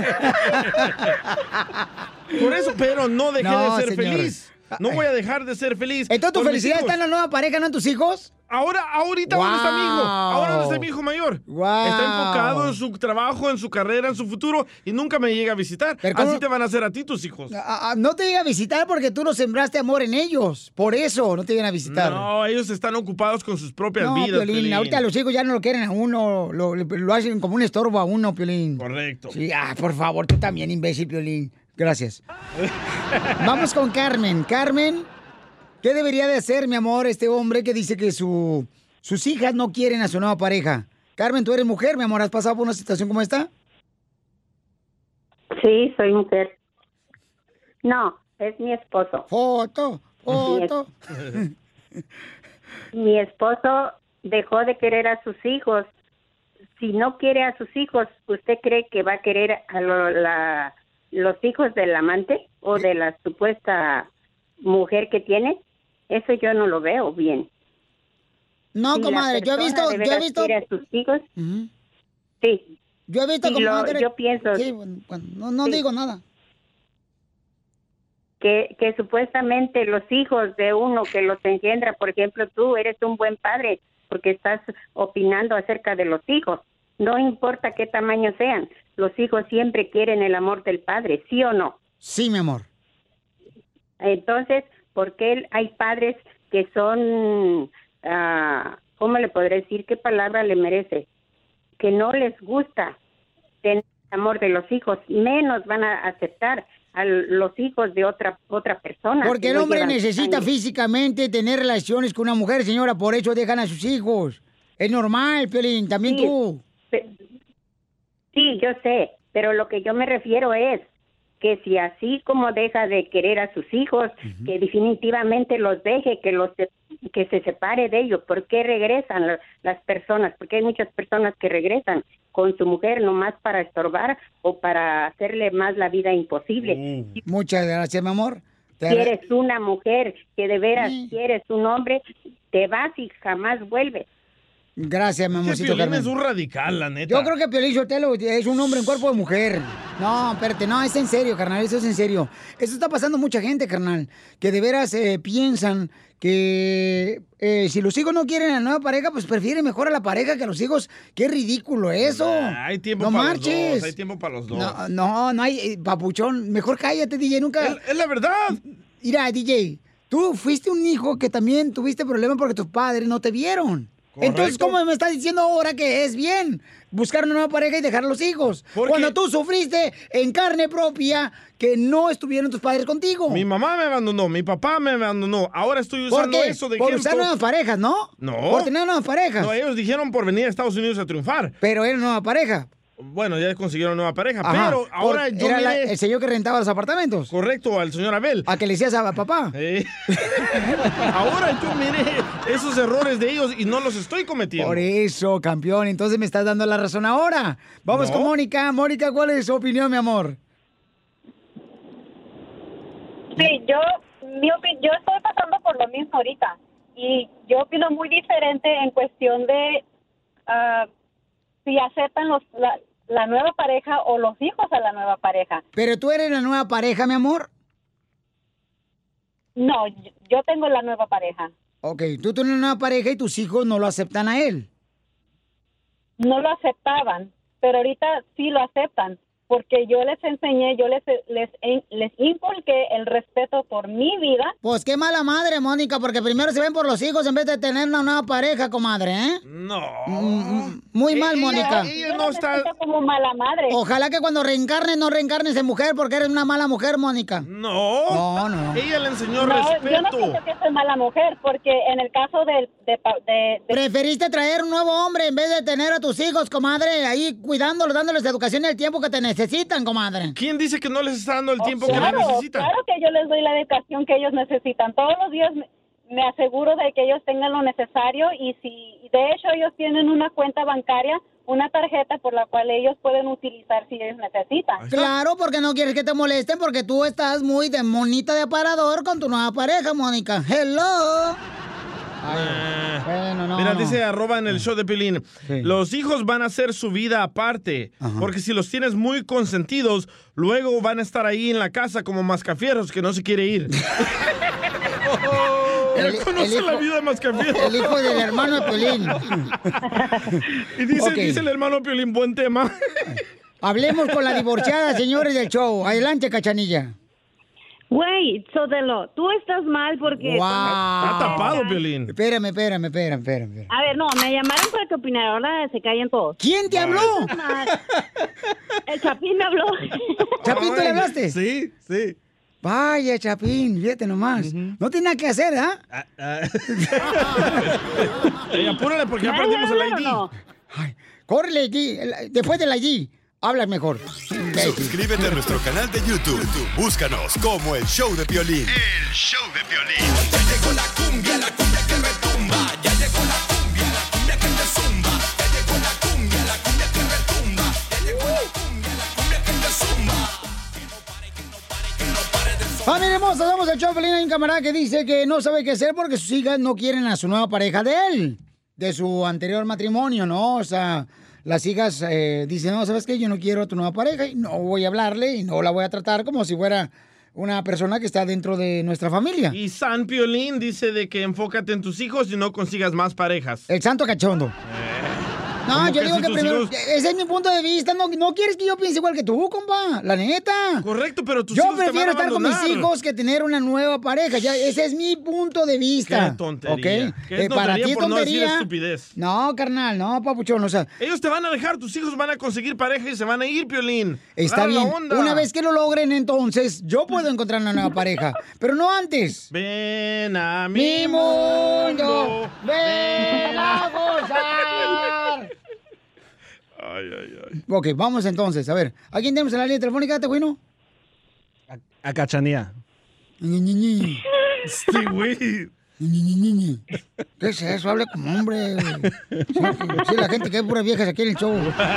Por eso, pero no dejé No, de ser señor. feliz. No voy a dejar de ser feliz. Entonces, ¿tu por mis felicidad hijos. está en la nueva pareja, no en tus hijos? Ahora, ahorita, ¿dónde está mi hijo? Ahora, ¿dónde está mi hijo mayor? Wow. Está enfocado en su trabajo, en su carrera, en su futuro y nunca me llega a visitar. Pero ¿cómo? Así te van a hacer a ti tus hijos. Ah, ah, no te llega a visitar porque tú no sembraste amor en ellos. Por eso no te llegan a visitar. No, ellos están ocupados con sus propias No, vidas, Piolín, Piolín. ahorita los hijos ya no lo quieren a uno, lo, lo hacen como un estorbo a uno, Piolín. Correcto. Sí, ah, por favor, tú también, imbécil, Piolín. Gracias. Vamos con Carmen. Carmen, ¿qué debería de hacer, mi amor, este hombre que dice que su, sus hijas no quieren a su nueva pareja? Carmen, tú eres mujer, mi amor, ¿has pasado por una situación como esta? Sí, soy mujer. No, es mi esposo. Foto, foto. Mi esposo dejó de querer a sus hijos. Si no quiere a sus hijos, ¿usted cree que va a querer a lo- la, los hijos del amante o de la supuesta mujer que tiene? Eso yo no lo veo bien. No, Si la comadre, yo he persona visto, de yo he veras visto. quiere a sus hijos, Ujú. sí. Yo he visto, Sí, lo- comadre. yo pienso Sí, bueno, bueno, no, no Sí. digo nada. que, que supuestamente los hijos de uno que los engendra, por ejemplo, tú eres un buen padre porque estás opinando acerca de los hijos. No importa qué tamaño sean, los hijos siempre quieren el amor del padre, ¿sí o no? Sí, mi amor. Entonces, ¿por qué hay padres que son, ah, ¿cómo le podré decir? ¿Qué palabra le merece? Que no les gusta tener el amor de los hijos, menos van a aceptar a los hijos de otra otra persona. Porque que el no hombre llevan necesita sangre. físicamente tener relaciones con una mujer, señora, por eso dejan a sus hijos. Es normal, Piolín, también Sí. tú. Pe- Sí, yo sé, pero lo que yo me refiero es que si así como deja de querer a sus hijos, que definitivamente los deje, que los se- que se separe de ellos. ¿Por qué regresan la- las personas? Porque hay muchas personas que regresan con su mujer nomás para estorbar o para hacerle más la vida imposible. Muchas gracias, mi amor. Te Si agra- eres una mujer que de veras quieres un hombre, te vas y jamás vuelves. Gracias, mi Ese amorcito Piolín Carmen. es un radical, la neta. Yo creo que Piolín Sotelo es un hombre en cuerpo de mujer. No, espérate, no, es en serio, carnal, eso es en serio. Eso está pasando a mucha gente, carnal, que de veras eh, piensan que eh, si los hijos no quieren a la nueva pareja, pues prefieren mejor a la pareja que a los hijos. ¡Qué ridículo eso! Nah, hay tiempo no para marches. los dos, hay tiempo para los dos. No, no, no hay, eh, papuchón. Mejor cállate, D J, nunca... Es, es la verdad. Mira, D J, tú fuiste un hijo que también tuviste problemas porque tus padres no te vieron. Entonces, ¿cómo me estás diciendo ahora que es bien buscar una nueva pareja y dejar a los hijos? Porque- Cuando tú sufriste en carne propia que no estuvieron tus padres contigo. Mi mamá me abandonó, mi papá me abandonó. Ahora estoy ¿Por usando qué? eso de Por ejemplo. usar nuevas parejas, ¿no? No. Por tener nuevas parejas. No, ellos dijeron por venir a Estados Unidos a triunfar. Pero era nueva pareja. Bueno, ya consiguieron nueva pareja, Ajá. pero ahora Por- yo era la- miré... el señor que rentaba los apartamentos. Correcto, al señor Abel. A que le decías a papá. Eh. Ahora yo miré esos errores de ellos y no los estoy cometiendo. Por eso, campeón, entonces me estás dando la razón ahora. Vamos No. con Mónica. Mónica, ¿cuál es su opinión, mi amor? Sí, yo, mi opi- yo estoy pasando por lo mismo ahorita y yo opino muy diferente en cuestión de ah, si aceptan los, la, la nueva pareja o los hijos a la nueva pareja. Pero tú eres la nueva pareja, mi amor. No, yo- yo tengo la nueva pareja. Ok, tú tienes una nueva pareja y tus hijos no lo aceptan a él. No lo aceptaban, pero ahorita sí lo aceptan. Porque yo les enseñé, yo les, les, les inculqué el respeto por mi vida. Pues qué mala madre, Mónica, porque primero se ven por los hijos en vez de tener una nueva pareja, comadre, ¿eh? No. Muy mal, Mónica. Yo no está como mala madre. Ojalá que cuando reencarnes no reencarnes en mujer porque eres una mala mujer, Mónica. No. No, no. Ella le enseñó No, respeto. yo no siento que soy mala mujer, porque en el caso del- de, pa- de, de- Preferiste traer un nuevo hombre en vez de tener a tus hijos, comadre, ahí cuidándolos, dándoles educación y el tiempo que te necesitan, comadre. ¿Quién dice que no les está dando el tiempo claro, que le necesitan? claro que yo les doy la educación que ellos necesitan. Todos los días me, me aseguro de que ellos tengan lo necesario y si de hecho ellos tienen una cuenta bancaria, una tarjeta por la cual ellos pueden utilizar si ellos necesitan. Claro, porque no quieres que te molesten porque tú estás muy de monita de aparador con tu nueva pareja, Mónica. Hello. Ah. Bueno, no, Mira, no. dice arroba en el show de Pilín. Los hijos van a hacer su vida aparte. Porque si los tienes muy consentidos, luego van a estar ahí en la casa como mascafierros que no se quiere ir. Él El- conoce el hijo- la vida de mascafierros. el hijo del hermano de Piolín. Y dice, Ok. dice el hermano Piolín, buen tema. Hablemos con la divorciada, señores del show. Adelante, Cachanilla. Güey, Sotelo, tú estás mal porque... Está tapado, Piolín. Espérame, espérame, espérame, espérame. A ver, no, me llamaron para que opinara, ahora se callan todos. ¿Quién te habló? Estás mal. El Chapín me habló. ¿Chapín, tú le hablaste? Sí, sí. Vaya, Chapín, fíjate nomás. No tiene nada que hacer, ¿ah? Ey, apúrale porque ya perdimos el I D. Córrele, I D, el- después del I D, hablas mejor. Suscríbete a nuestro canal de YouTube. Búscanos como El Show de Piolín. El Show de Piolín. Ya llegó la cumbia, la cumbia que retumba. Ya llegó la cumbia, la cumbia que te zumba. Ya llegó la cumbia, la cumbia que retumba. Ya llegó la cumbia, la cumbia que te zumba. Familia hermosa, damos el show, Piolín. Hay un camarada que dice que no sabe qué hacer porque sus hijas no quieren a su nueva pareja de él, de su anterior matrimonio, ¿no? O sea, las hijas eh, dicen, no, ¿sabes qué? Yo no quiero a tu nueva pareja y no voy a hablarle y no la voy a tratar como si fuera una persona que está dentro de nuestra familia. Y San Piolín dice de que enfócate en tus hijos y no consigas más parejas. El santo cachondo. No, ¿Cómo yo que digo si que tus primero, hijos- ese es mi punto de vista, no, no quieres que yo piense igual que tú, compa, la neta. Correcto, pero tus yo hijos te van prefiero a estar con mis abandonar. hijos que tener una nueva pareja, ya, ese es mi punto de vista. Qué tontería. ¿ok? Qué Eh, para tontería ti es por no decir tontería. estupidez. No, carnal, no, papuchón, o sea, Ellos te van a dejar, tus hijos van a conseguir pareja y se van a ir, Piolín. está Agarra la bien. onda. Una vez que lo logren, entonces, yo puedo encontrar una nueva pareja, pero no antes. Ven a mi, Mi mundo, ven a gozar. Ay, ay, ay. Ok, vamos entonces, a ver, ¿a quién tenemos en la línea telefónica, te bueno? A Cachanía. Ñi, Ñi, Ñi. Sí, güey. Ñi, Ñi, Ñi, Ñi. ¿Qué es eso? Habla como hombre. güey. Sí, sí, la gente que es pura viejas aquí en el show.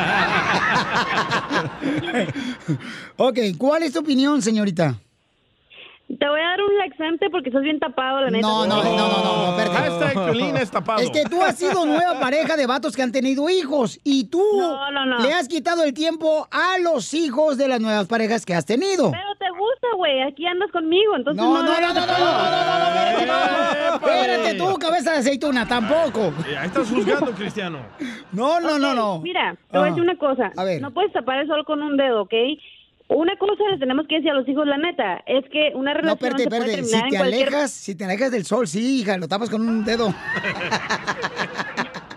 Ok, ¿cuál es tu opinión, señorita? Te voy a dar un laxante porque estás bien tapado, la neta. No, no, no, no, no, no, espérate. Hashtag Piolín es tapado. Es que tú has sido nueva pareja de vatos que han tenido hijos y tú No, no, no. le has quitado el tiempo a los hijos de las nuevas parejas que has tenido. Pero te gusta, güey. Aquí andas conmigo, entonces No, no. no, no, no, no, no, no, no, no, Épale. espérate tú, cabeza de aceituna, tampoco. Eh, Ahí estás juzgando, Cristiano. No, no, no, Ok, no. Mira, te voy a Ah. decir una cosa. A ver. No puedes tapar el sol con un dedo, ¿ok? Una cosa les tenemos que decir a los hijos, la neta, es que una No, relación espérate, se puede espérate. terminar Si te en cualquier... alejas, si te alejas del sol, sí, hija, lo tapas con un dedo.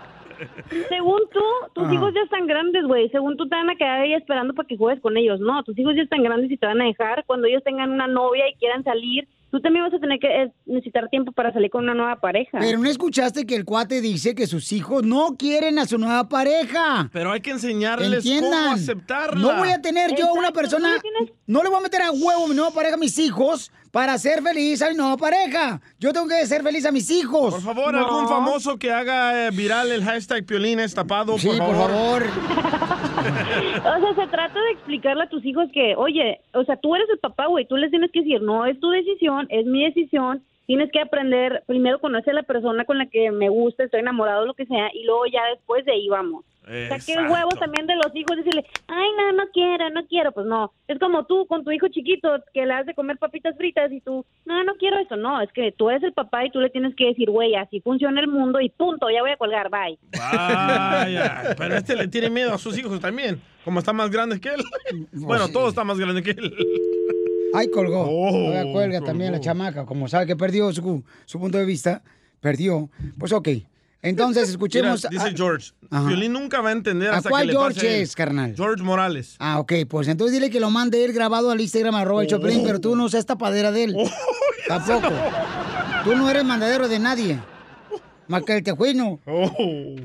Según tú, tus Ajá. hijos ya están grandes, güey. Según tú te van a quedar ahí esperando para que juegues con ellos. No, tus hijos ya están grandes y te van a dejar. Cuando ellos tengan una novia y quieran salir, tú también vas a tener que eh, necesitar tiempo para salir con una nueva pareja. Pero no escuchaste que el cuate dice que sus hijos no quieren a su nueva pareja. Pero hay que enseñarles Entiendan. cómo aceptarla. No voy a tener yo Exacto, una persona. no le tienes- No le voy a meter a huevo a mi nueva pareja a mis hijos para ser feliz a mi nueva pareja. Yo tengo que ser feliz a mis hijos. Por favor, algún famoso que haga eh, viral el hashtag Piolín es tapado, Sí, por por favor. favor. O sea, se trata de explicarle a tus hijos que, oye, o sea, tú eres el papá, güey, tú les tienes que decir, no es tu decisión, es mi decisión, tienes que aprender, primero conocer a la persona con la que me gusta, estoy enamorado, lo que sea, y luego ya después de ahí vamos. O sea, que el huevo también de los hijos, decirle, ay, no, no quiero, no quiero, pues no. Es como tú con tu hijo chiquito que le has de comer papitas fritas y tú, no, no quiero eso, no, es que tú eres el papá y tú le tienes que decir, güey, así funciona el mundo y punto, ya voy a colgar, bye. Vaya, pero este le tiene miedo a sus hijos también, como está más grande que él. Bueno, todo está más grande que él. Ay, colgó. Oh, Todavía cuelga también la chamaca. Como sabe que perdió su, su punto de vista, perdió. Pues ok. Entonces, escuchemos. Mira, dice a- George, Ajá. Piolín nunca va a entender ¿A hasta cuál que le pase George a él. es, carnal? George Morales. Ah, ok, pues entonces dile que lo mande él grabado al Instagram, arroba el Choplin, pero tú no seas tapadera de él. Tampoco. Tú no eres mandadero de nadie. Más que el tejuino. Oh.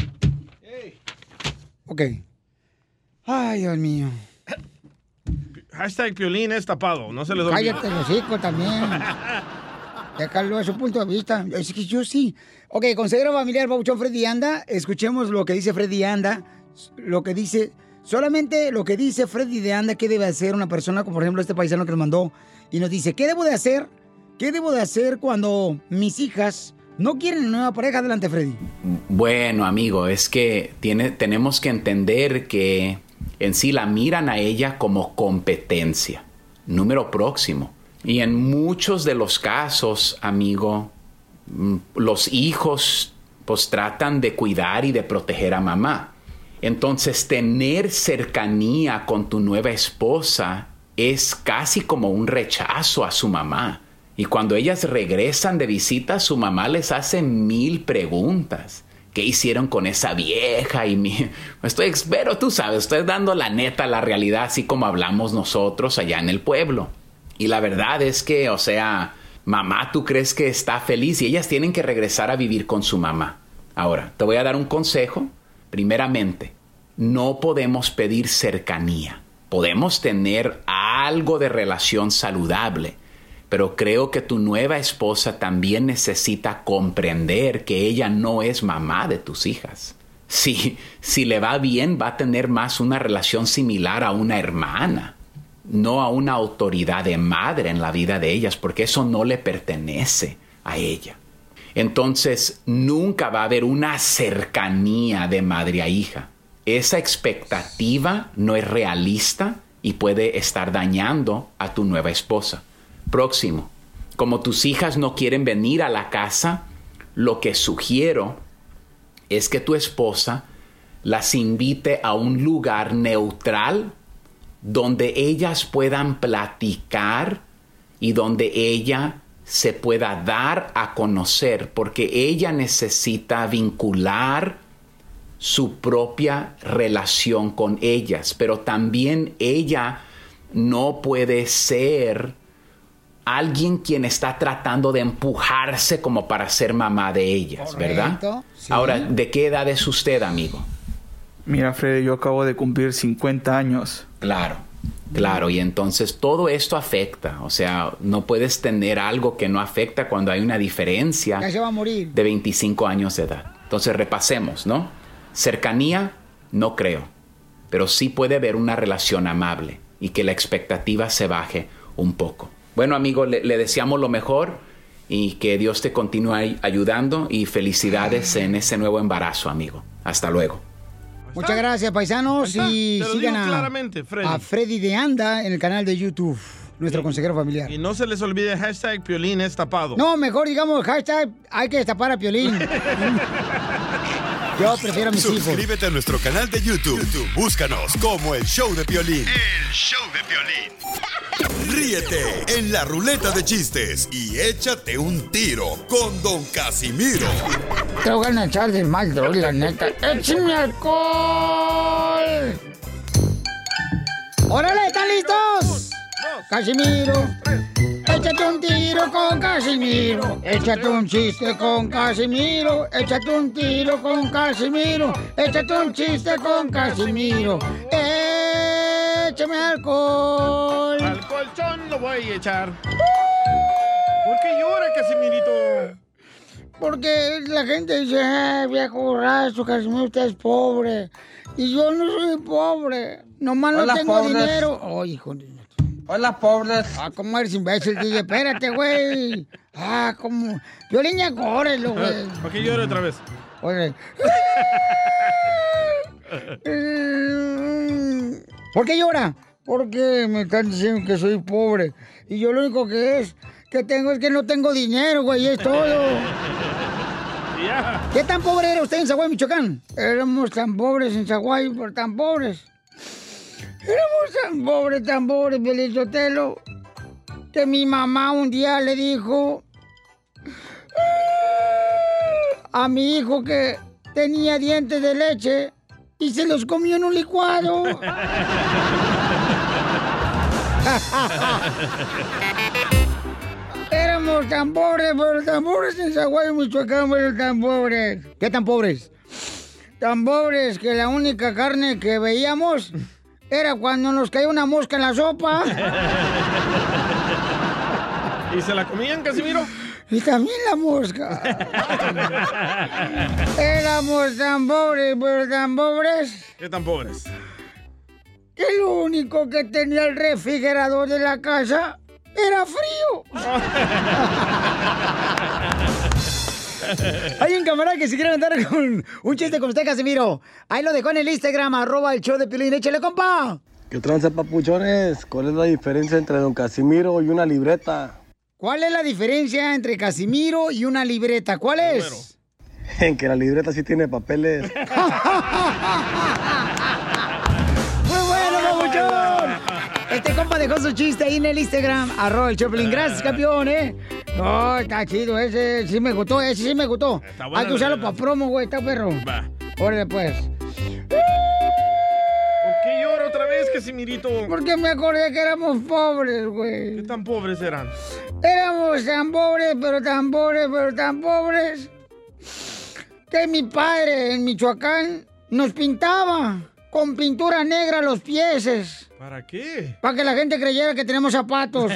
Ok. Ay, Dios mío. Hashtag Piolín es tapado, no se les olvide. Cállate los hijos también. Déjalo a su punto de vista. Es que yo sí. Ok, consejero familiar, Pabuchón Freddy Anda. Escuchemos lo que dice Freddy Anda. Lo que dice, solamente lo que dice Freddy de Anda, ¿qué debe hacer una persona, como por ejemplo este paisano que nos mandó? Y nos dice, ¿qué debo de hacer? ¿Qué debo de hacer cuando mis hijas no quieren una nueva pareja? Adelante, Freddy. Bueno, amigo, es que tiene, tenemos que entender que en sí la miran a ella como competencia, número próximo. Y en muchos de los casos, amigo, mm, los hijos pues tratan de cuidar y de proteger a mamá. Entonces, tener cercanía con tu nueva esposa es casi como un rechazo a su mamá. Y cuando ellas regresan de visita, su mamá les hace mil preguntas. ¿Qué hicieron con esa vieja? Y mi... Estoy, pero tú sabes, estoy dando la neta, la realidad, así como hablamos nosotros allá en el pueblo. Y la verdad es que, o sea, mamá, tú crees que está feliz y ellas tienen que regresar a vivir con su mamá. Ahora, te voy a dar un consejo. Primeramente, no podemos pedir cercanía. Podemos tener algo de relación saludable, pero creo que tu nueva esposa también necesita comprender que ella no es mamá de tus hijas. Si, si le va bien, va a tener más una relación similar a una hermana, no a una autoridad de madre en la vida de ellas, porque eso no le pertenece a ella. Entonces, nunca va a haber una cercanía de madre a hija. Esa expectativa no es realista y puede estar dañando a tu nueva esposa. Próximo, como tus hijas no quieren venir a la casa, lo que sugiero es que tu esposa las invite a un lugar neutral donde ellas puedan platicar y donde ella se pueda dar a conocer, porque ella necesita vincular su propia relación con ellas, pero también ella no puede ser alguien quien está tratando de empujarse como para ser mamá de ellas, ¿verdad? Correcto, sí. Ahora, ¿de qué edad es usted, amigo? Mira, Freddy, yo acabo de cumplir cincuenta años. Claro, claro, y entonces todo esto afecta, o sea, no puedes tener algo que no afecta cuando hay una diferencia Ya se va a morir. de veinticinco años de edad. Entonces repasemos, ¿no? Cercanía, no creo, pero sí puede haber una relación amable y que la expectativa se baje un poco. Bueno, amigo, le, le deseamos lo mejor y que Dios te continúe ayudando y felicidades en ese nuevo embarazo, amigo. Hasta luego. Muchas gracias, paisanos. Y Te lo sigan digo a, claramente, Freddy. a Freddy de Anda en el canal de YouTube, nuestro consejero familiar. Y no se les olvide hashtag Piolín es tapado. No, mejor digamos hashtag hay que destapar a Piolín. Yo prefiero a mis hijos. Suscríbete a nuestro canal de YouTube. YouTube. Búscanos como El Show de Piolín. El Show de Piolín. Ríete en la ruleta de chistes y échate un tiro con Don Casimiro. Te voy a echar de mal, droga, la neta. ¡Échame alcohol! ¡Órale, están listos! Casimiro, échate un tiro con Casimiro. Échate un chiste con Casimiro. Échate un tiro con Casimiro. Échate un chiste con Casimiro. Échame alcohol. Al colchón lo voy a echar. ¿Por qué llora, Casimirito? Porque la gente dice, ah, viejo borracho, Casimiro, usted es pobre. Y yo no soy pobre. Nomás no Hola, tengo pobres. dinero. Oh, hijo de... Hola, pobres. Ah, ¿cómo eres imbécil? Dije, espérate, güey. Ah, ¿cómo? Violín, ya córrelo, güey. ¿Por qué llora otra vez? Oye. ¿Por qué llora? Porque me están diciendo que soy pobre. Y yo lo único que es, que tengo es que no tengo dinero, güey, es todo. Yeah. ¿Qué tan pobre era usted en Zaguay, Michoacán? Éramos tan pobres en Zaguay, por tan pobres. Éramos tan pobres, tan pobres, Pelizotelo, que mi mamá un día le dijo a mi hijo que tenía dientes de leche y se los comió en un licuado. Éramos tan pobres, pero tan pobres en Zaguayo, Michoacán, pero tan pobres. ¿Qué tan pobres? Tan pobres que la única carne que veíamos era cuando nos caía una mosca en la sopa. ¿Y se la comían, Casimiro? Y también la mosca. Éramos tan pobres, pero tan pobres, ¿Qué tan pobres? que lo único que tenía el refrigerador de la casa era frío. Hay un camarada que se quiere aventar con un chiste con usted, Casimiro. Ahí lo dejó en el Instagram, arroba el show de Piolín. Échale, compa. ¿Qué tranza, papuchones? ¿Cuál es la diferencia entre don Casimiro y una libreta? ¿Cuál es la diferencia entre Casimiro y una libreta? ¿Cuál es? En que la libreta sí tiene papeles. ¡Muy bueno, babuchón! Este compa dejó su chiste ahí en el Instagram, arroba el Choplin. Gracias, campeón, ¿eh? No, está chido, ese sí me gustó, ese sí me gustó. Hay que usarlo para promo, güey, está perro. Va. Órale, pues. ¿Por qué llora otra vez, Casimirito? Porque me acordé que éramos pobres, güey. ¿Qué tan pobres eran? Éramos tan pobres, pero tan pobres, pero tan pobres, que mi padre en Michoacán nos pintaba con pintura negra los pies. ¿Para qué? Para que la gente creyera que tenemos zapatos.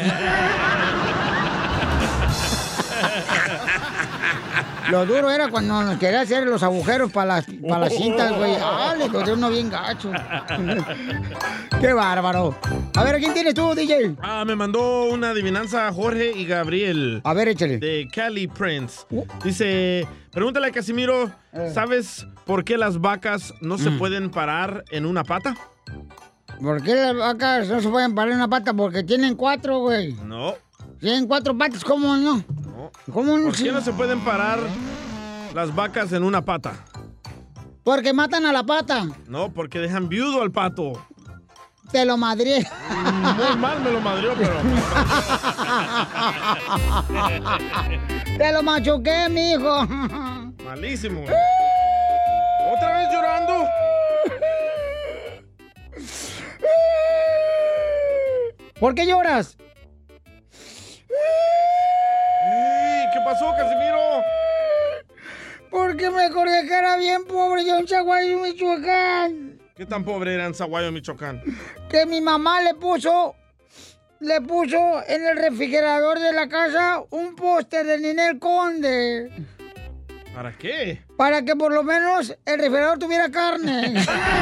Lo duro era cuando nos quería hacer los agujeros para las, para las cintas, güey. Ah, le quedó uno bien gacho. ¡Qué bárbaro! A ver, ¿a quién tienes tú, D J? Ah, me mandó una adivinanza Jorge y Gabriel. A ver, échale. De Cali Prince. Dice, pregúntale a Casimiro, ¿sabes por qué las vacas no se Mm. pueden parar en una pata? ¿Por qué las vacas no se pueden parar en una pata? Porque tienen cuatro, güey. No. Tienen cuatro patas, ¿cómo no? ¿Cómo no? ¿Por qué no se pueden parar las vacas en una pata? Porque matan a la pata. No, porque dejan viudo al pato. Te lo madrié. Muy mal me lo madrió, pero... Te lo machuqué, mijo. Malísimo. ¿Otra vez llorando? ¿Por qué lloras? Ey, ¿qué pasó, Casimiro? Porque me acordé que era bien pobre yo en Zaguayo, Michoacán. ¿Qué tan pobre era en Zaguayo, Michoacán? Que mi mamá le puso, le puso en el refrigerador de la casa un póster de Ninel Conde. ¿Para qué? Para que por lo menos el refrigerador tuviera carne.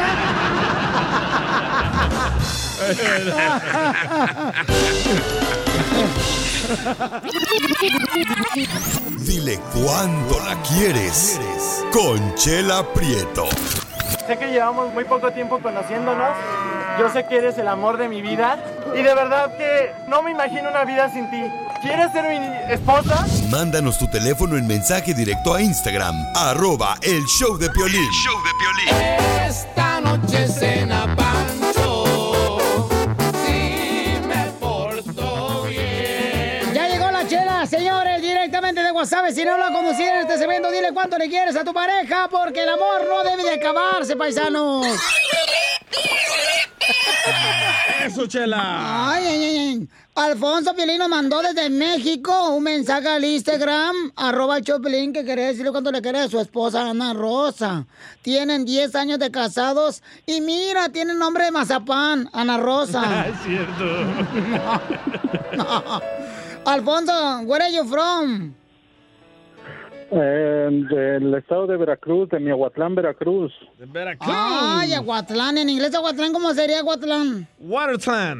Dile cuándo la quieres. Conchela Prieto. Sé que llevamos muy poco tiempo conociéndonos, Yo sé que eres el amor de mi vida y de verdad que no me imagino una vida sin ti. ¿Quieres ser mi esposa? Mándanos tu teléfono en mensaje directo a Instagram, arroba el show de Piolín. El show de Piolín. Esta noche cena Pancho, si me porto bien. Ya llegó la chela, señores, directamente de WhatsApp. Si no lo ha conducido en este segmento, dile cuánto le quieres a tu pareja, porque el amor no debe de acabarse, paisanos. ¡Eso, Chela! Ay, ay, ay, ay. Alfonso Piolín nos mandó desde México un mensaje al Instagram, arroba el show Piolín, que quería decirle cuánto le quiere a su esposa Ana Rosa. Tienen diez años de casados y mira, tiene nombre de mazapán, Ana Rosa. Es cierto. No. Alfonso, where are you from? Eh, del estado de Veracruz, de Miahuatlán, Veracruz. De Veracruz. Ay, Aguatlán. En inglés, Aguatlán, ¿cómo sería Aguatlán? Watertown.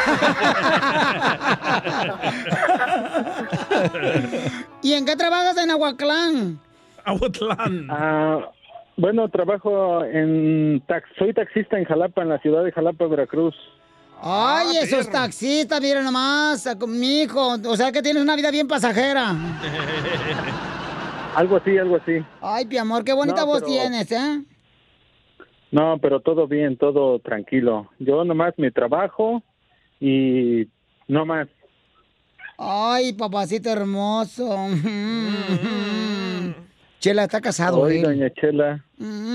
¿Y en qué trabajas en Aguatlán? Aguatlán. Ah, bueno, trabajo en tax, soy taxista en Jalapa, en la ciudad de Jalapa, Veracruz. Ay, esos taxistas, mira nomás, mi hijo. O sea que tienes una vida bien pasajera. Algo así, algo así. Ay, mi amor, qué bonita No, voz pero- tienes, ¿eh? No, pero todo bien, todo tranquilo. Yo nomás mi trabajo y no más. Ay, papacito hermoso. Chela, está casado, Hoy, él. doña Chela.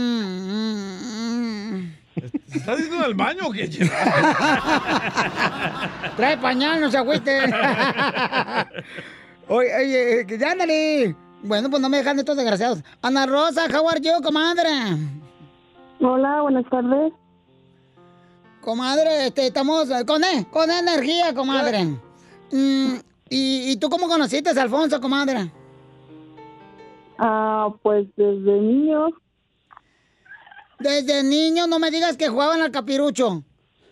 ¿Estás diciendo del baño o qué, Chela? Trae pañal, no se agüite. Oye, oye, que ya ándale. Bueno, pues no me dejan de estos desgraciados. Ana Rosa, how are you, comadre? Hola, buenas tardes. Comadre, este, estamos eh, con E, con energía, comadre. Mm, ¿y, ¿Y tú cómo conociste a Alfonso, comadre? Ah, pues desde niños. Desde niño, no me digas que jugaban al capirucho.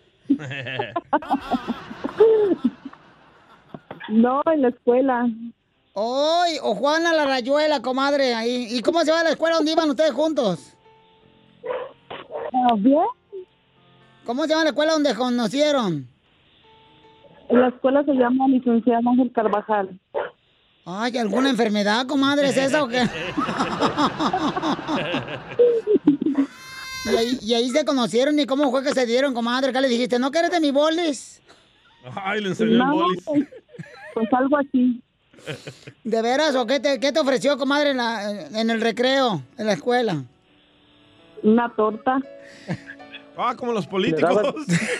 No, en la escuela. Hoy, o jugaban a la rayuela, comadre. Ahí. ¿Y cómo se va a la escuela donde iban ustedes juntos? ¿Bien? ¿Cómo se llama la escuela donde conocieron? La escuela se llama Licenciado Ángel Carvajal. Ay, ¿alguna enfermedad, comadre? ¿Es esa o qué? y, ahí, y ahí se conocieron. ¿Y cómo fue que se dieron, comadre? ¿Qué le dijiste? ¿No quieres de mi bolis? Ay, le enseñó No, el bolis. pues, pues algo así. ¿De veras? ¿O qué te, qué te ofreció, comadre, en, la- en el recreo, en la escuela? Una torta. Ah, como los políticos.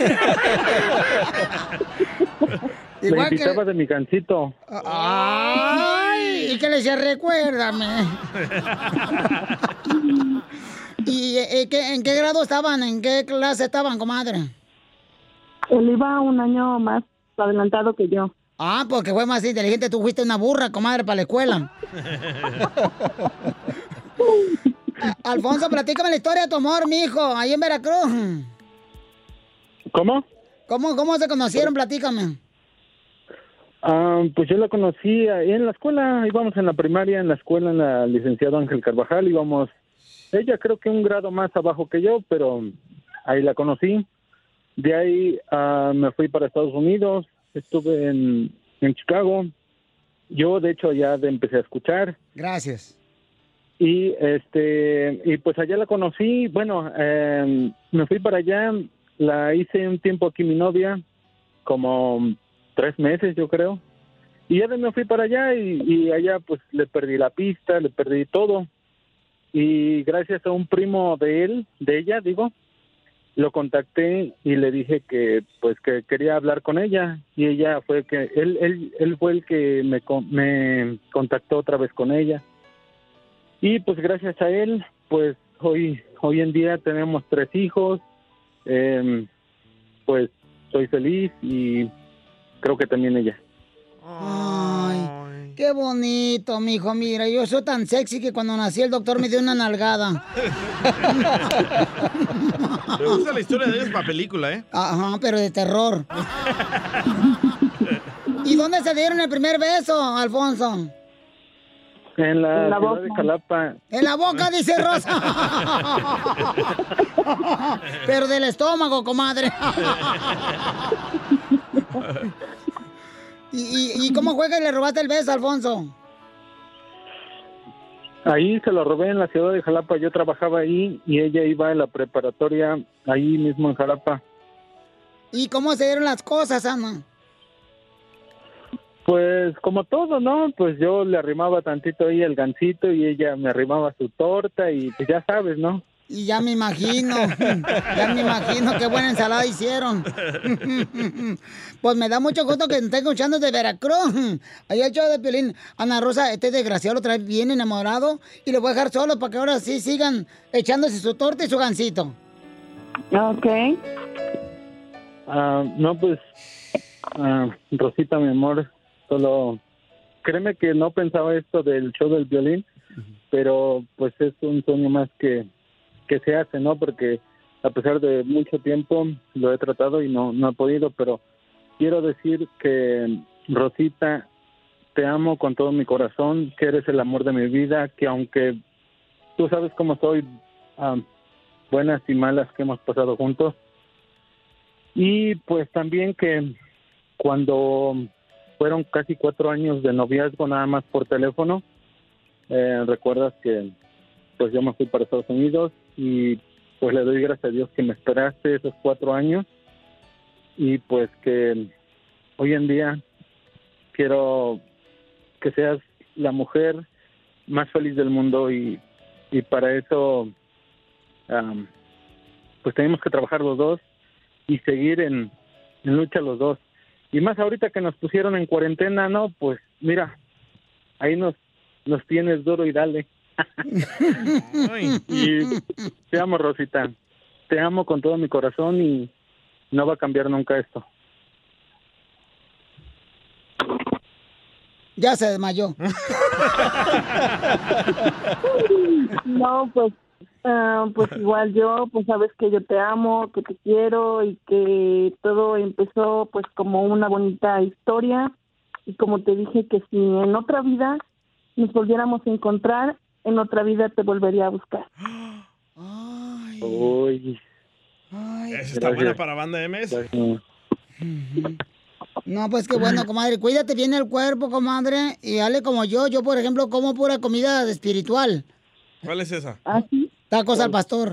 Le Igual que- invitaba de mi gancito. ¡Ay! Y que le decía, recuérdame. ¿Y eh, qué- en qué grado estaban? ¿En qué clase estaban, comadre? Él iba un año más adelantado que yo. Ah, porque fue más inteligente. Tú fuiste una burra, comadre, para la escuela. Alfonso, platícame la historia de tu amor, mijo, ahí en Veracruz. ¿Cómo? ¿Cómo, cómo se conocieron? Platícame. Ah, pues yo la conocí ahí en la escuela, íbamos en la primaria, en la escuela, en la licenciado Ángel Carvajal, íbamos, ella creo que un grado más abajo que yo, pero ahí la conocí. De ahí ah, me fui para Estados Unidos, estuve en, en Chicago. Yo, de hecho, ya de- empecé a escuchar. Gracias. Y este y pues allá la conocí. Bueno, eh, me fui para allá, la hice un tiempo aquí mi novia, como tres meses yo creo. Y ya de me fui para allá y, y allá pues le perdí la pista, le perdí todo. Y gracias a un primo de él, de ella, digo, lo contacté y le dije que pues que quería hablar con ella. Y ella fue que, él, él, él fue el que me, con- me contactó otra vez con ella. Y pues gracias a él, pues hoy hoy en día tenemos tres hijos, eh, pues soy feliz y creo que también ella. Ay, qué bonito, mijo. Mira, yo soy tan sexy que cuando nací el doctor me dio una nalgada. Me gusta la historia de ellos para película, ¿eh? Ajá, pero de terror. ¿Y dónde se dieron el primer beso, Alfonso? En la, En la ciudad boca. de Jalapa. En la boca, dice Rosa. Pero del estómago, comadre. ¿Y, y, y cómo juega y le robaste el beso, Alfonso? Ahí se lo robé en la ciudad de Jalapa. Yo trabajaba ahí y ella iba en la preparatoria ahí mismo en Jalapa. ¿Y cómo se dieron las cosas, Ana? Pues como todo, ¿no? Pues yo le arrimaba tantito ahí el gansito y ella me arrimaba su torta y pues ya sabes, ¿no? Y ya me imagino, ya me imagino qué buena ensalada hicieron. Pues me da mucho gusto que me estén escuchando de Veracruz. Ahí el show de Piolín. Ana Rosa, este desgraciado lo trae bien enamorado y lo voy a dejar solo para que ahora sí sigan echándose su torta y su gansito. Ok. Ah, no, pues, ah, Rosita, mi amor, solo créeme que no pensaba esto del show del violín, pero pues es un sueño más que, que se hace, ¿no? Porque a pesar de mucho tiempo lo he tratado y no, no he podido, pero quiero decir que, Rosita, te amo con todo mi corazón, que eres el amor de mi vida, que aunque tú sabes cómo soy, ah, buenas y malas que hemos pasado juntos, y pues también que cuando fueron casi cuatro años de noviazgo nada más por teléfono, eh, recuerdas que pues yo me fui para Estados Unidos y pues le doy gracias a Dios que me esperaste esos cuatro años y pues que hoy en día quiero que seas la mujer más feliz del mundo y, y para eso um, pues tenemos que trabajar los dos y seguir en, en lucha los dos. Y más ahorita que nos pusieron en cuarentena, no, pues mira, ahí nos, nos tienes duro y dale. Y te amo, Rosita, te amo con todo mi corazón y no va a cambiar nunca esto. Ya se desmayó. No, pues, ah, pues igual yo, pues sabes que yo te amo, que te quiero y que todo empezó pues como una bonita historia y como te dije que si en otra vida nos volviéramos a encontrar, en otra vida te volvería a buscar. Uy. Esa está buena para banda M S. No, pues qué bueno, comadre. Cuídate bien el cuerpo, comadre, y dale como yo. Yo, por ejemplo, como pura comida espiritual. ¿Cuál es esa? ¿Ah, sí? Tacos al pastor.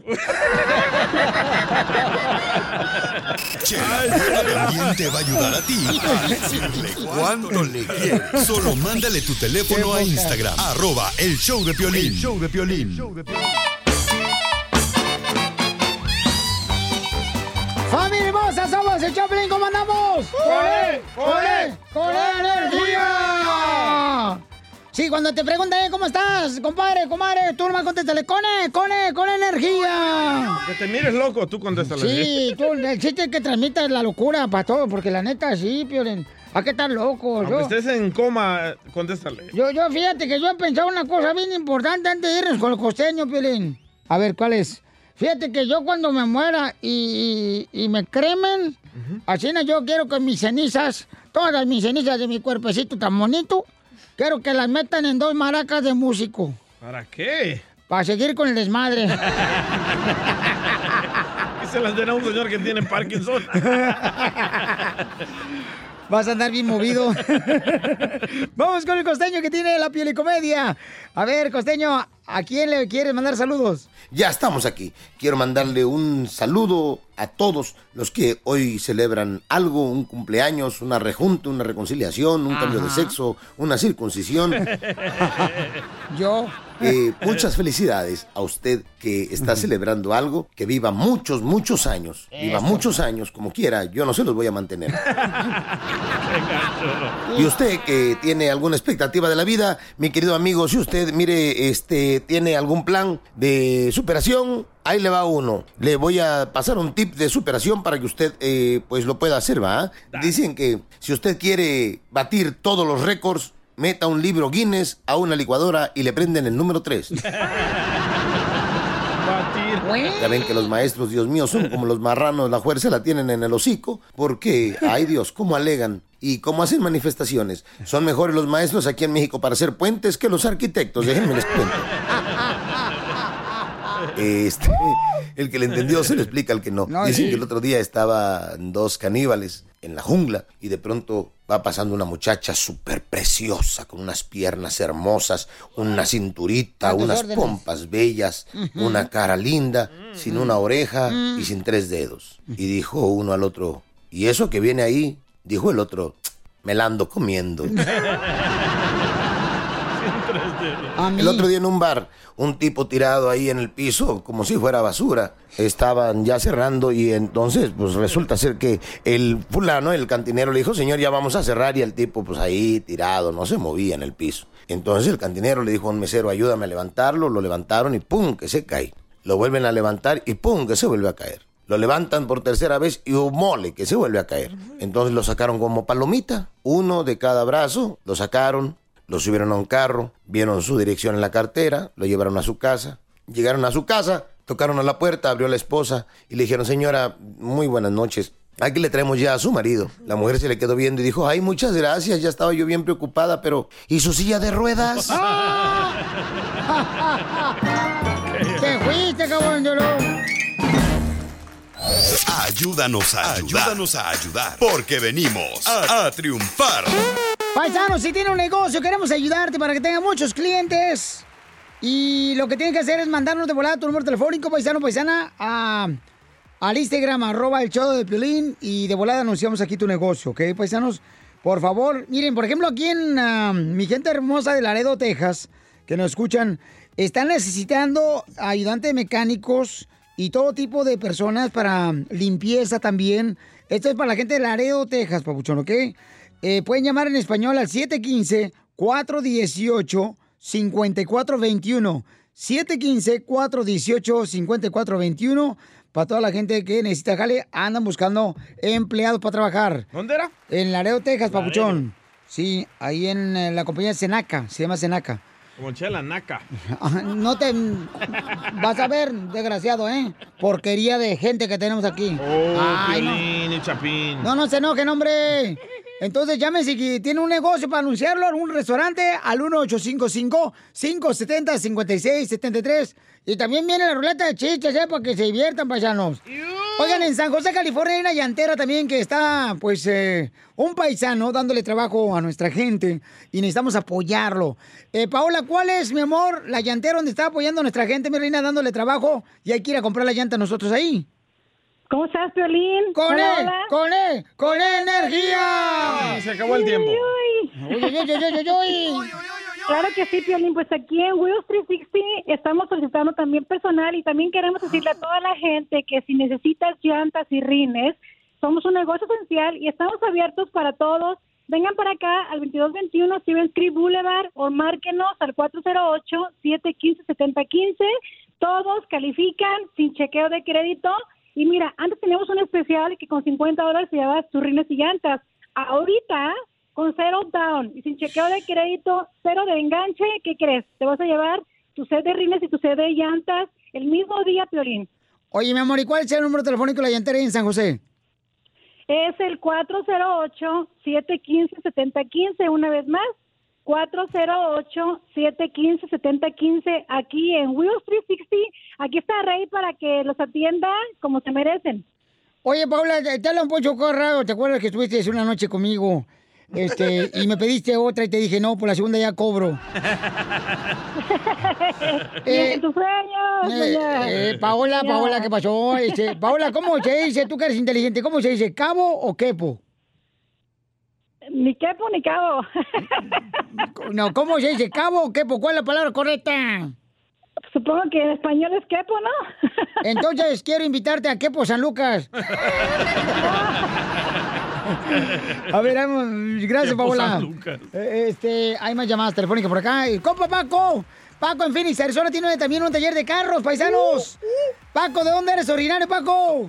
Chela también te va a ayudar a ti a decirle cuánto le quieres. Solo mándale tu teléfono a Instagram, arroba el show de Piolín. El show de Piolín. ¡Familia hermosa! ¡Somos el Choplin! ¿Cómo andamos? ¡Con él! ¡Con él! ¡Con energía! Sí, cuando te preguntan, ¿cómo estás, compadre, comadre? Tú nomás contéstale, ¡con él! ¡Con él! ¡Con energía! Que te mires loco, tú contéstale. Sí, tú, el chiste es que transmitas la locura para todo, porque la neta, sí, Piolín. Hay que estar loco. Aunque Yo, estés en coma, contéstale. yo, yo, fíjate que yo he pensado una cosa bien importante antes de irnos con el costeño, Piolín. A ver, ¿cuál es? Fíjate que yo cuando me muera y, y, y me cremen, uh-huh. así no, yo quiero que mis cenizas, todas mis cenizas de mi cuerpecito tan bonito, quiero que las metan en dos maracas de músico. ¿Para qué? Para seguir con el desmadre. Que se las den a un señor que tiene Parkinson. Vas a andar bien movido. Vamos con el costeño que tiene la piolicomedia. A ver, costeño, ¿a quién le quieres mandar saludos? Ya estamos aquí. Quiero mandarle un saludo a todos los que hoy celebran algo, un cumpleaños, una rejunta, una reconciliación, un Ajá. cambio de sexo, una circuncisión. Yo. Eh, muchas felicidades a usted que está uh-huh. celebrando algo, que viva muchos, muchos años. Eso. Viva muchos años, como quiera, yo no se los voy a mantener. Y usted que tiene alguna expectativa de la vida, mi querido amigo, si usted, mire, este, tiene algún plan de superación, ahí le va uno. Le voy a pasar un tip de superación para que usted, eh, pues, lo pueda hacer, ¿va? Dicen que si usted quiere batir todos los récords, meta un libro Guinness a una licuadora y le prenden el número tres. Ya ven que los maestros, Dios mío, son como los marranos, la fuerza la tienen en el hocico, porque, ay Dios, cómo alegan ¿Y cómo hacen manifestaciones? Son mejores los maestros aquí en México para hacer puentes que los arquitectos, déjenme les cuento. Este, el que le entendió se lo explica al que no. No, Dicen sí. que el otro día estaban dos caníbales en la jungla y de pronto va pasando una muchacha súper preciosa, con unas piernas hermosas, una cinturita, A tus unas órdenes. pompas bellas, Ujú. una cara linda, sin una oreja Mm. y sin tres dedos. Y dijo uno al otro, ¿y eso que viene ahí? Dijo el otro, me la ando comiendo. El otro día en un bar, un tipo tirado ahí en el piso, como si fuera basura. Estaban ya cerrando y entonces, pues resulta ser que el fulano, el cantinero, le dijo, señor, ya vamos a cerrar. Y el tipo, pues ahí tirado, no se movía en el piso. Entonces el cantinero le dijo a un mesero, ayúdame a levantarlo. Lo levantaron y pum, que se cae. Lo vuelven a levantar y pum, que se vuelve a caer. Lo levantan por tercera vez y un mole, que se vuelve a caer. Entonces lo sacaron como palomita. Uno de cada brazo, lo sacaron. Lo subieron a un carro, vieron su dirección en la cartera, lo llevaron a su casa. Llegaron a su casa, tocaron a la puerta, abrió la esposa y le dijeron, señora, muy buenas noches. Aquí le traemos ya a su marido. La mujer se le quedó viendo y dijo, ay, muchas gracias, ya estaba yo bien preocupada, pero ¿y su silla de ruedas? ¡Te fuiste, cabrón de oro! Ayúdanos a ayudar. Ayúdanos a ayudar. Porque venimos a, a triunfar. Paisanos, si tienes un negocio, queremos ayudarte para que tenga muchos clientes. Y lo que tienes que hacer es mandarnos de volada tu número telefónico, paisano, paisana, a, al Instagram, arroba el show de Piolín, y de volada anunciamos aquí tu negocio, ¿ok, paisanos? Por favor, miren, por ejemplo, aquí en uh, mi gente hermosa de Laredo, Texas, que nos escuchan, están necesitando ayudantes mecánicos y todo tipo de personas para limpieza también. Esto es para la gente de Laredo, Texas, papuchón, ¿ok? Eh, pueden llamar en español al siete uno cinco, cuatro uno ocho, cinco cuatro dos uno. siete uno cinco, cuatro uno ocho, cinco cuatro dos uno. Para toda la gente que necesita jale, andan buscando empleados para trabajar. ¿Dónde era? En Laredo, Texas, papuchón. Sí, ahí en eh, la compañía Senaca, se llama Senaca. Como Chela Naca. No te... Vas a ver, desgraciado, ¿eh? Porquería de gente que tenemos aquí. Oh, Ay, no. Piolín y Chapín. No, no se enojen, hombre. Entonces llámense si tiene un negocio para anunciarlo, algún restaurante, al uno ocho cinco cinco, cinco siete cero, cinco seis siete tres. Y también viene la ruleta de chistes, ¿eh? Para que se diviertan, paisanos. Oigan, en San José, California, hay una llantera también que está, pues, eh, un paisano dándole trabajo a nuestra gente y necesitamos apoyarlo. Eh, Paola, ¿cuál es, mi amor, la llantera donde está apoyando a nuestra gente, mi reina, dándole trabajo y hay que ir a comprar la llanta nosotros ahí? ¿Cómo estás, Piolín? ¡Con Hola, él! hola. ¡Con él! ¡Con energía! Ah, se acabó el tiempo. Uy, Uy, uy, uy, uy, uy, uy. Claro que sí, Piolín. Pues aquí en Wheels trescientos sesenta estamos solicitando también personal y también queremos decirle a toda la gente que si necesitas llantas y rines, somos un negocio esencial y estamos abiertos para todos. Vengan para acá al veintidós veintiuno Steven Street Boulevard o márquenos al cuatro cero ocho, siete uno cinco, siete cero uno cinco. Todos califican sin chequeo de crédito. Y mira, antes teníamos un especial que con cincuenta dólares te llevabas tus rines y llantas. Ahorita, con cero down y sin chequeo de crédito, cero de enganche, ¿qué crees? Te vas a llevar tu set de rines y tu set de llantas el mismo día, Piolín. Oye, mi amor, ¿y cuál es el número telefónico de la llantera ahí en San José? Es el cuatro cero ocho, siete uno cinco, siete cero uno cinco, una vez más, cuatro cero ocho, siete uno cinco, siete cero uno cinco, aquí en Wheels trescientos sesenta. Aquí está Rey para que los atienda como se merecen. Oye, Paula, te, te habla un poco raro. ¿Te acuerdas que estuviste una noche conmigo? Este, y me pediste otra y te dije, no, por la segunda ya cobro. eh, en tus sueños, eh, eh, Paola, ya. Paola, ¿qué pasó? Este, Paola, ¿cómo se dice? Tú que eres inteligente, ¿cómo se dice? ¿Cabo o quepo? Ni quepo ni cabo. No, ¿cómo se dice? ¿Cabo o quepo? ¿Cuál es la palabra correcta? Supongo que en español es quepo, ¿no? Entonces quiero invitarte a Quepo San Lucas. A ver, vamos, gracias, Quepo Paola. San Lucas. Eh, Este, hay más llamadas telefónicas por acá. Eh, ¡Compa Paco! Paco en Phoenix, Arizona tiene también un taller de carros, paisanos. Paco, ¿de dónde eres originario, Paco?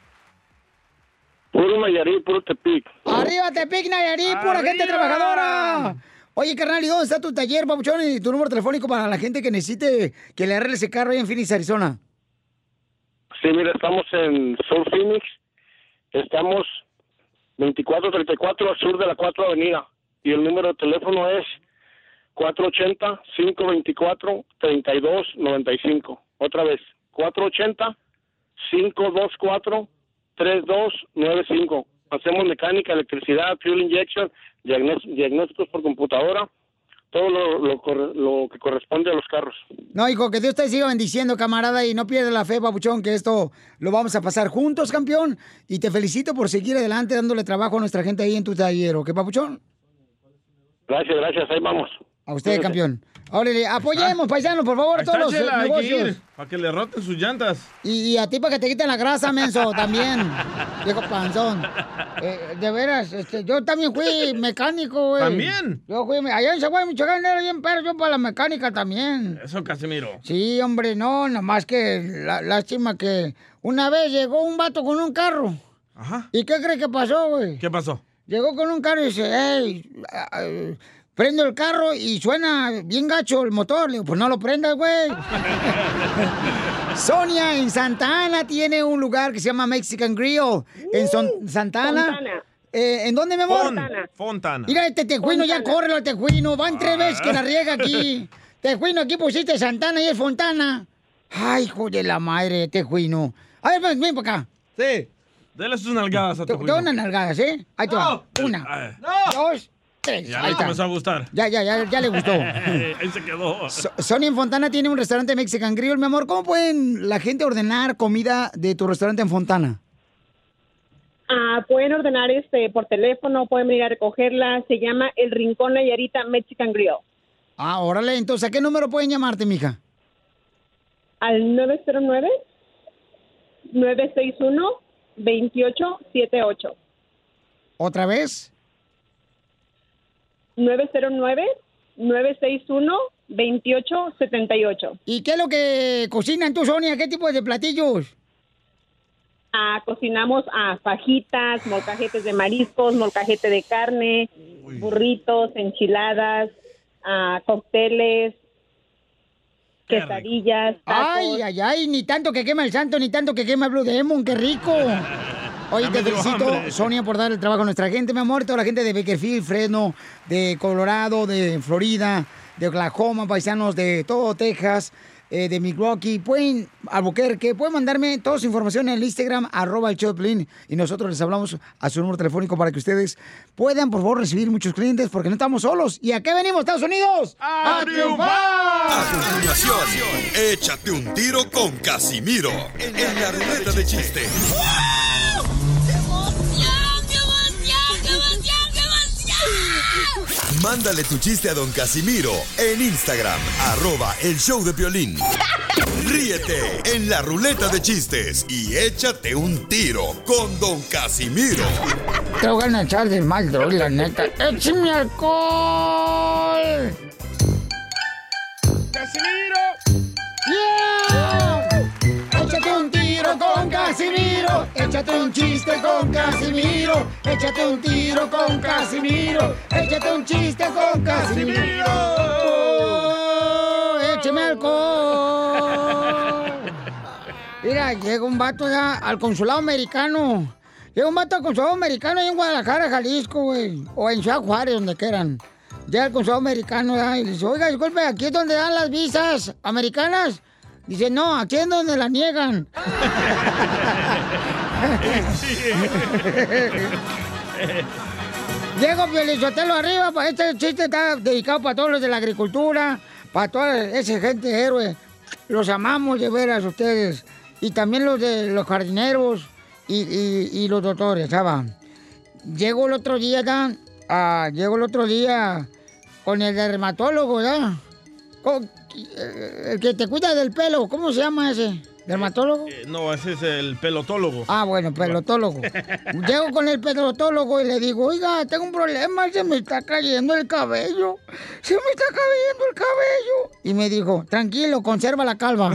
Puro Nayarit, puro Tepic. ¡Arriba Tepic, Nayarit! ¡Pura gente trabajadora! Oye, carnal, ¿y dónde está tu taller, papuchón? Y tu número telefónico para la gente que necesite que le arregle ese carro ahí en Phoenix, Arizona. Sí, mira, estamos en South Phoenix. Estamos veinticuatro treinta y cuatro al sur de la cuatro Avenida. Y el número de teléfono es cuatro ocho cero, cinco dos cuatro, tres dos nueve cinco. Otra vez, cuatro ocho cero, cinco dos cuatro, tres dos nueve cinco. Hacemos mecánica, electricidad, fuel injection, diagnós- diagnósticos por computadora, todo lo, lo, cor- lo que corresponde a los carros. No, hijo, que Dios te siga bendiciendo, camarada, y no pierdas la fe, papuchón, que esto lo vamos a pasar juntos, campeón. Y te felicito por seguir adelante dándole trabajo a nuestra gente ahí en tu taller, ¿ok, papuchón? Gracias, gracias, ahí vamos. A usted, campeón. Órale, apoyemos, paisanos, por favor, Ahí todos está, los Chela, eh, hay que negocios. ir, para que le roten sus llantas. Y, y a ti para que te quiten la grasa, menso, también. Viejo panzón. Eh, de veras, este, yo también fui mecánico, güey. ¿También? Yo fui, allá en Zaguay, Michoacán, era bien perro, yo para la mecánica también. Eso, Casimiro. Sí, hombre, no, nomás que la, lástima que una vez llegó un vato con un carro. Ajá. ¿Y qué crees que pasó, güey? ¿Qué pasó? Llegó con un carro y dice, hey, prendo el carro y suena bien gacho el motor. Le digo, pues no lo prendas, güey. Sonia en Santa Ana tiene un lugar que se llama Mexican Grill. En Son- Santa Ana. Fontana. Eh, ¿En dónde, mi amor? Fontana. Fontana. Mira, este tejuino, ya Fontana. córrelo al tejuino. Van tres veces que la riega aquí. Tejuino, aquí pusiste Santana y es Fontana. Ay, hijo de la madre, tejuino. A ver, ven, ven para acá. Sí. Dele sus nalgadas a Te tu te doy unas nalgadas, ¿eh? Ahí te va. Una, dos, tres. Ya Ahí le está. comenzó a gustar. Ya, ya, ya, ya le gustó. Ahí se quedó. So- Sonia en Fontana tiene un restaurante Mexican Grill. Mi amor, ¿cómo pueden la gente ordenar comida de tu restaurante en Fontana? Ah, pueden ordenar este por teléfono, pueden venir a recogerla. Se llama El Rincón Nayarita Mexican Grill. Ah, órale. Entonces, ¿a qué número pueden llamarte, mija? Al nueve cero nueve, nueve seis uno, dos ocho siete ocho. ¿Otra vez? nueve cero nueve, nueve seis uno, dos ocho siete ocho. ¿Y qué es lo que cocinan tú, Sonia? ¿Qué tipo de platillos? Ah, cocinamos a fajitas, molcajetes de mariscos, molcajete de carne, burritos, enchiladas, ah, cócteles, quesadillas, tacos. Ay, ay, ay, ni tanto que quema el santo, ni tanto que quema el Blue Demon, qué rico. Oye, Ya te me dio felicito, hambre. Sonia, por dar el trabajo a nuestra gente, mi amor, toda la gente de Bakersfield, Fresno, de Colorado, de Florida, de Oklahoma, paisanos de todo Texas, eh, de Milwaukee, pueden, Albuquerque, pueden mandarme toda su información en el Instagram, arroba el show de Piolín, y nosotros les hablamos a su número telefónico para que ustedes puedan, por favor, recibir muchos clientes, porque no estamos solos. ¿Y a qué venimos, Estados Unidos? ¡A triunfar! A continuación, échate un tiro con Casimiro en la ruleta de chiste. Mándale tu chiste a don Casimiro en Instagram, arroba el show de Piolín. Ríete en la ruleta de chistes y échate un tiro con don Casimiro. Te voy a echar de mal, droga, la neta. ¡Échame alcohol! ¡Casimiro! ¡Yeah! Échate un tiro con Casimiro. Échate un chiste con Casimiro. Échate un tiro con Casimiro. Échate un chiste con Casimiro. Oh, ¡échame alcohol! Mira, llega un vato ya al consulado americano. Llega un vato al consulado americano ahí en Guadalajara, Jalisco, güey. O en Ciudad Juárez, donde quieran. Llega al consulado americano ya, y dice, oiga, disculpe, ¿aquí es donde dan las visas americanas? Dice, no, aquí es donde la niegan. Llego Piolichotelo arriba, pa- este chiste está dedicado para todos los de la agricultura, para toda esa gente héroe. Los amamos de veras ustedes. Y también los de los jardineros y, y- y los doctores, ¿sabes? Llego el otro día, ¿ya? Ah, llego el otro día con el dermatólogo, ¿ya? Con- eh, el que te cuida del pelo, ¿cómo se llama ese? ¿Dermatólogo? Eh, no, ese es el pelotólogo. Ah, bueno, pelotólogo. Llego con el pelotólogo y le digo, oiga, tengo un problema, se me está cayendo el cabello. Se me está cayendo el cabello. Y me dijo, tranquilo, conserva la calva.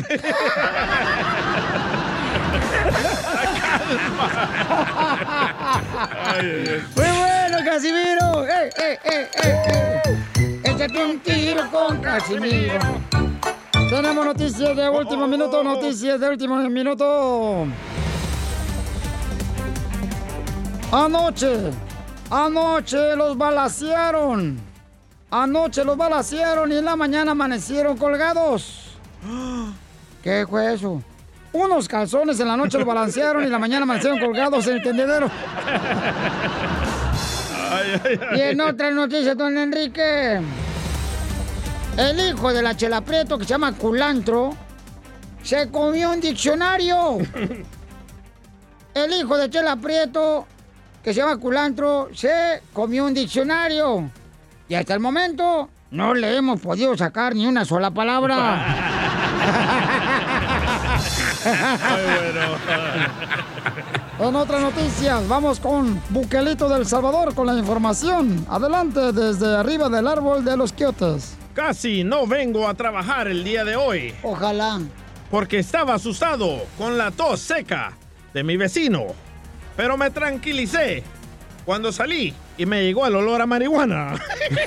Muy bueno, Casimiro. ¡Eh, eh, eh, eh, eh! Échate un tiro con Casimiro. Tenemos noticias de último minuto, noticias de último minuto. Anoche, anoche los balacearon. Anoche los balacearon y en la mañana amanecieron colgados. ¿Qué fue eso? Unos calzones en la noche los balancearon y en la mañana amanecieron colgados en el tendedero. Ay, ay, ay. Y en otras noticias, don Enrique, el hijo de la Chela Prieto, que se llama Culantro, se comió un diccionario. El hijo de Chela Prieto, que se llama Culantro, se comió un diccionario. Y hasta el momento no le hemos podido sacar ni una sola palabra. Muy bueno. En otras noticias, vamos con Bukelito del Salvador con la información. Adelante, desde arriba del árbol de los quiotes. Casi no vengo a trabajar el día de hoy. Ojalá. Porque estaba asustado con la tos seca de mi vecino. Pero me tranquilicé cuando salí y me llegó el olor a marihuana.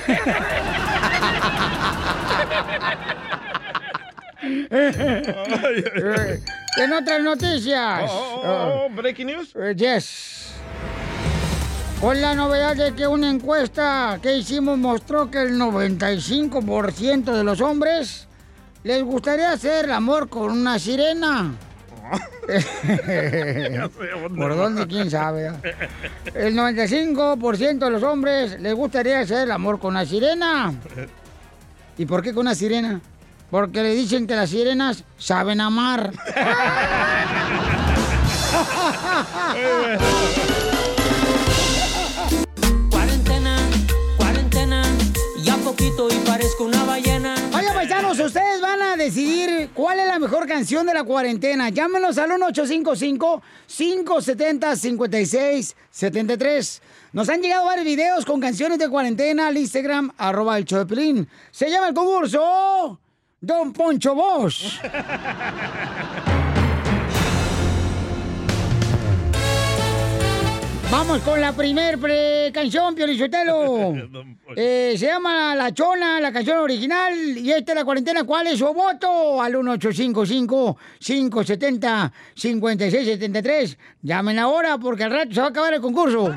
En otras noticias. Oh, oh, oh, breaking news. Uh, yes. Con la novedad de que una encuesta que hicimos mostró que el noventa y cinco por ciento de los hombres les gustaría hacer el amor con una sirena. ¿Por dónde? ¿Quién sabe? El noventa y cinco por ciento de los hombres les gustaría hacer el amor con una sirena. ¿Y por qué con una sirena? Porque le dicen que las sirenas saben amar. Cuarentena, cuarentena, ya poquito y parezco una ballena. Oigan, paisanos, ustedes van a decidir cuál es la mejor canción de la cuarentena. Llámenos al uno ocho cinco cinco, cinco siete cero, cinco seis siete tres. Nos han llegado varios videos con canciones de cuarentena al Instagram, arroba el show de Piolín. Se llama el concurso Don Poncho Bosch. Vamos con la primer pre canción, Piolichotelo. Eh, se llama La Chona, la canción original. Y esta es la cuarentena. ¿Cuál es su voto? Al uno ocho cinco cinco, cinco siete cero, cinco seis siete tres. Llamen ahora porque al rato se va a acabar el concurso.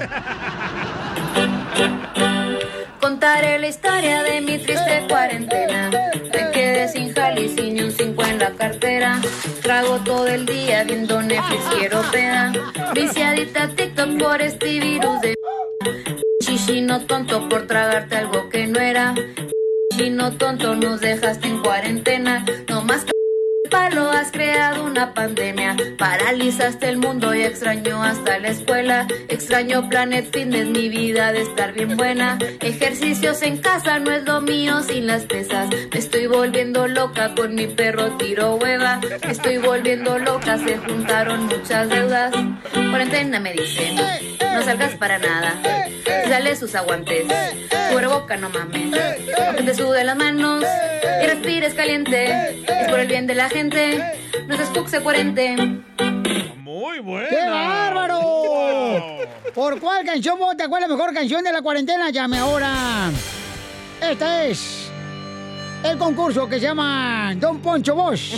Contaré la historia de mi triste cuarentena. Me quedé sin jale y sin un cinco en la cartera. Trago todo el día viendo Netflix, quiero peda. Viciadita a TikTok por este virus de chichino tonto por tragarte algo que no era. Chino tonto, nos dejaste en cuarentena. No más que palo, has creado una pandemia. Paralizaste el mundo y extraño hasta la escuela. Extraño Planet Fitness, mi vida de estar bien buena. Ejercicios en casa no es lo mío sin las pesas. Me estoy volviendo loca con mi perro tiro hueva. Me estoy volviendo loca, se juntaron muchas deudas. Cuarentena me dicen, no salgas para nada. Sale sus aguantes, boca no mames. Que te sude las manos y respires caliente. Es por el bien de la gente. No seas tuxe cuarente. Muy bueno. ¡Qué bárbaro! Wow. ¿Por cuál canción vota? ¿Cuál es la mejor canción de la cuarentena? Llame ahora. Esta es el concurso que se llama Don Poncho Bosch.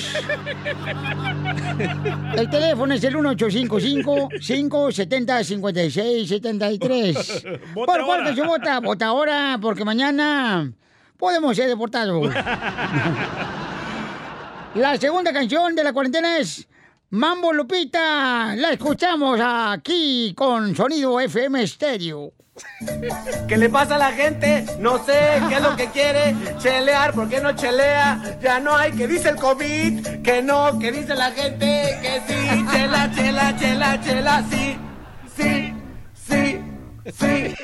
El teléfono es el uno ocho cinco cinco, cinco siete cero, cinco seis siete tres. ¿Por cuál ahora. canción vota? Vota ahora, porque mañana podemos ser deportados. La segunda canción de la cuarentena es Mambo Lupita. La escuchamos aquí con sonido F M estéreo. ¿Qué le pasa a la gente? No sé qué es lo que quiere. Chelear, ¿por qué no chelea? Ya no hay, que dice el COVID. Que no, que dice la gente. Que sí, chela, chela, chela, chela. Sí, sí, sí. Sí.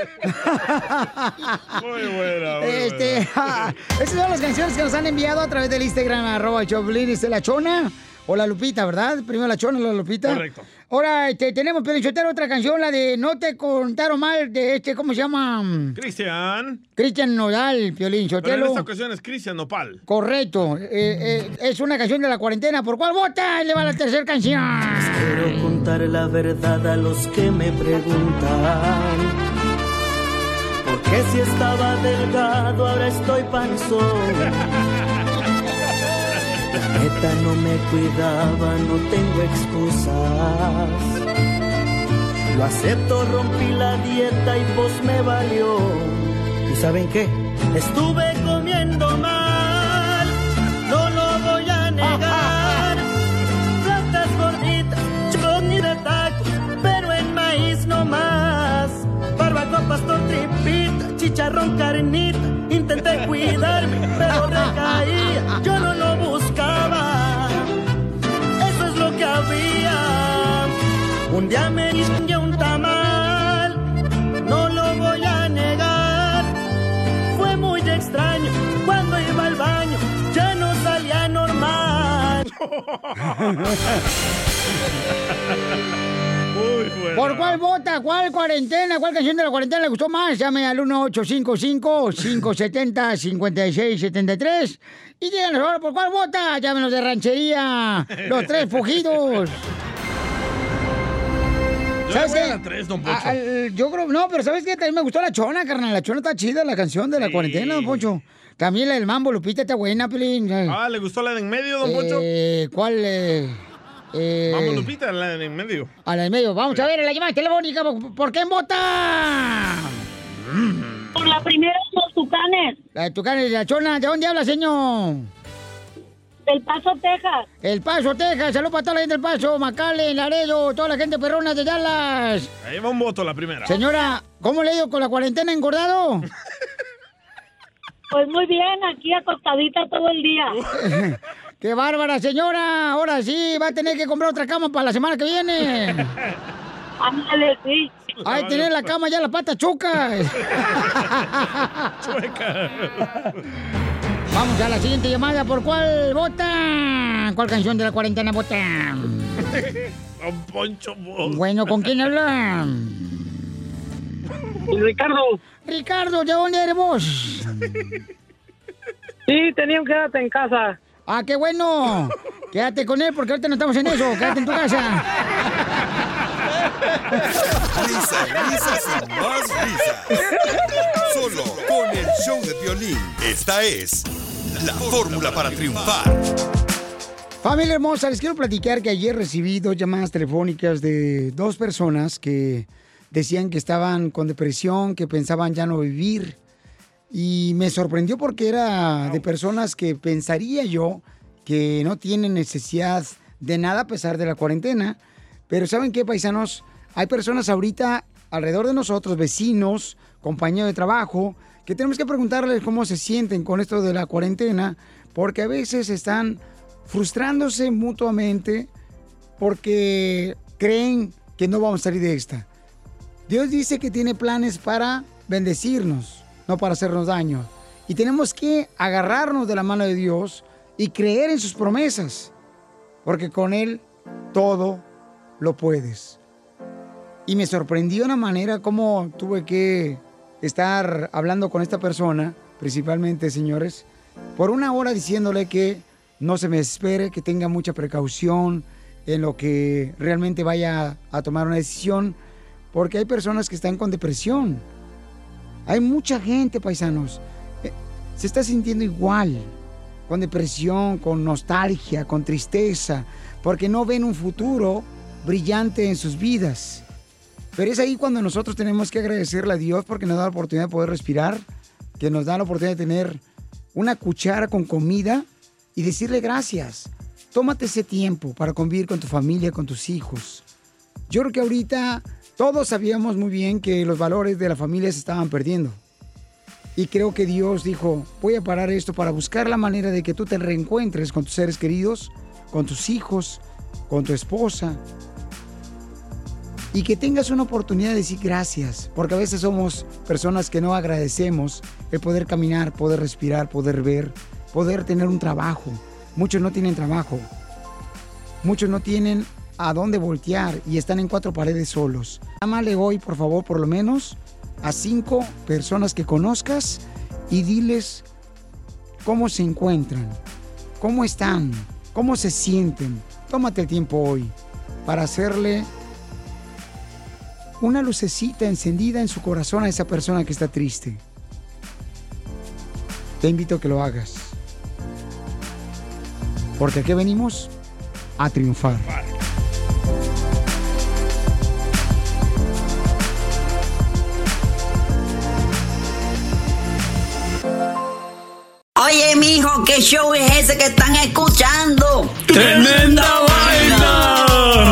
Muy buena, muy este, buena. Esas son las canciones que nos han enviado a través del Instagram, arroba Choplin, este, la Chona o la Lupita, ¿verdad? Primero la Chona o la Lupita. Correcto. Ahora este, tenemos, Piolichotero, otra canción, la de No te contaron mal, de este, ¿cómo se llama? Cristian. Cristian Nodal, Piolichotero. Pero en esta ocasión es Cristian Nopal. Correcto. Eh, eh, es una canción de la cuarentena. ¿Por cuál vota? Y le va la tercera canción. Quiero contar la verdad a los que me preguntan. Porque si estaba delgado, ahora estoy panzón. La neta no me cuidaba, no tengo excusas. Lo acepto, rompí la dieta y pues me valió. ¿Y saben qué? Estuve comiendo mal, no lo voy a negar. Flautas gorditas, chutney de tacos, pero en maíz no más. Barbacoa, pastor, tripita, chicharrón, carnita. Intenté cuidarme, pero recaía, yo no lo buscaba. Eso es lo que había. Un día me hice un tamal, no lo voy a negar. Fue muy extraño, cuando iba al baño, ya no salía normal. Muy bueno. ¿Por cuál vota? ¿Cuál cuarentena? ¿Cuál canción de la cuarentena le gustó más? Llame al uno ocho cinco cinco, cinco siete cero, cinco seis siete tres y díganos ahora por cuál vota. Llámenos de ranchería. Los tres fugidos. Yo le voy a la tres, don Poncho. A- al- yo creo, no, pero ¿sabes qué? También me gustó la chona, carnal. La chona está chida, la canción de la cuarentena, don Poncho. También la del mambo, Lupita, está buena, Pelín. Ah, ¿le gustó la de en medio, don Poncho? Eh, ¿Cuál? Eh, eh, Vamos, Lupita, la de en medio. A la del medio. Vamos a ver, la llamada telefónica. ¿Por, por quién vota? Por la primera, los Tucanes. La de Tucanes, la chona. ¿De dónde habla, señor? Del Paso, Texas. El Paso, Texas. Saludos para toda la gente del Paso, McAllen, Laredo, toda la gente perrona de Dallas. Ahí va un voto, la primera. Señora, ¿cómo le ha ido con la cuarentena engordado? Pues muy bien, aquí acostadita todo el día. ¡Qué bárbara, señora! Ahora sí, va a tener que comprar otra cama para la semana que viene. Ándale, sí. Hay que tener la cama ya, la pata chuca. Chueca. Vamos a la siguiente llamada. ¿Por cuál vota? ¿Cuál canción de la cuarentena vota? Don Poncho, vos. Bueno, ¿con quién habla? Ricardo. Ricardo, ¿de dónde eres vos? Sí, tenía un quédate en casa. Ah, qué bueno. Quédate con él porque ahorita no estamos en eso. Quédate en tu casa. Risas, risas y más risas. Solo con el show de Piolín. Esta es la fórmula para triunfar. Familia hermosa, les quiero platicar que ayer recibí dos llamadas telefónicas de dos personas que decían que estaban con depresión, que pensaban ya no vivir. Y me sorprendió porque era de personas que pensaría yo que no tienen necesidad de nada a pesar de la cuarentena. Pero ¿saben qué, paisanos? Hay personas ahorita alrededor de nosotros, vecinos, compañeros de trabajo, que tenemos que preguntarles cómo se sienten con esto de la cuarentena, porque a veces están frustrándose mutuamente porque creen que no vamos a salir de esta. Dios dice que tiene planes para bendecirnos, no para hacernos daño. Y tenemos que agarrarnos de la mano de Dios y creer en sus promesas, porque con Él todo lo puedes. Y me sorprendió una manera como tuve que estar hablando con esta persona, principalmente, señores, por una hora diciéndole que no se me desespere, que tenga mucha precaución en lo que realmente vaya a tomar una decisión, porque hay personas que están con depresión. Hay mucha gente, paisanos, eh, se está sintiendo igual, con depresión, con nostalgia, con tristeza, porque no ven un futuro brillante en sus vidas. Pero es ahí cuando nosotros tenemos que agradecerle a Dios porque nos da la oportunidad de poder respirar, que nos da la oportunidad de tener una cuchara con comida y decirle gracias. Tómate ese tiempo para convivir con tu familia, con tus hijos. Yo creo que ahorita todos sabíamos muy bien que los valores de la familia se estaban perdiendo. Y creo que Dios dijo, voy a parar esto para buscar la manera de que tú te reencuentres con tus seres queridos, con tus hijos, con tu esposa. Y que tengas una oportunidad de decir gracias, porque a veces somos personas que no agradecemos el poder caminar, poder respirar, poder ver, poder tener un trabajo. Muchos no tienen trabajo, muchos no tienen a dónde voltear y están en cuatro paredes solos. Llámale hoy, por favor, por lo menos a cinco personas que conozcas y diles cómo se encuentran, cómo están, cómo se sienten. Tómate el tiempo hoy para hacerle una lucecita encendida en su corazón a esa persona que está triste. Te invito a que lo hagas. Porque aquí venimos a triunfar. ¿Qué show es ese que están escuchando? ¡Tremenda Vaina!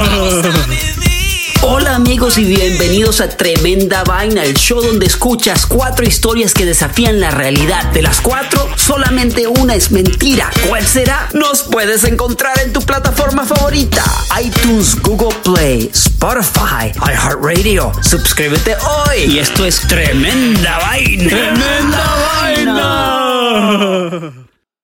Hola amigos y bienvenidos a Tremenda Vaina, el show donde escuchas cuatro historias que desafían la realidad. De las cuatro, solamente una es mentira. ¿Cuál será? Nos puedes encontrar en tu plataforma favorita: iTunes, Google Play, Spotify, iHeartRadio. Suscríbete hoy. Y esto es Tremenda Vaina. ¡Tremenda Vaina!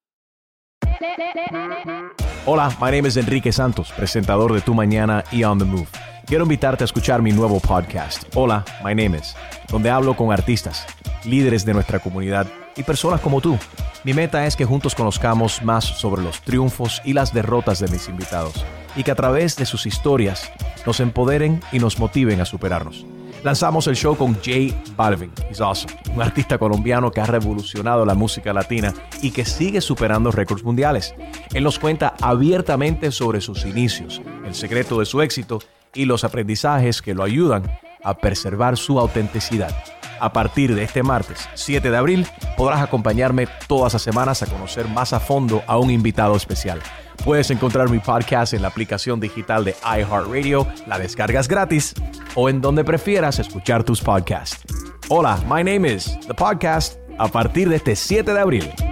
Hola, my name is Enrique Santos, presentador de Tu Mañana y On The Move. Quiero invitarte a escuchar mi nuevo podcast, Hola, my name is, donde hablo con artistas, líderes de nuestra comunidad y personas como tú. Mi meta es que juntos conozcamos más sobre los triunfos y las derrotas de mis invitados y que a través de sus historias nos empoderen y nos motiven a superarnos. Lanzamos el show con J Balvin, he's awesome, un artista colombiano que ha revolucionado la música latina y que sigue superando récords mundiales. Él nos cuenta abiertamente sobre sus inicios, el secreto de su éxito y los aprendizajes que lo ayudan a preservar su autenticidad. A partir de este martes, siete de abril, podrás acompañarme todas las semanas a conocer más a fondo a un invitado especial. Puedes encontrar mi podcast en la aplicación digital de iHeartRadio, la descargas gratis, o en donde prefieras escuchar tus podcasts. Hola, my name is The Podcast, a partir de este siete de abril.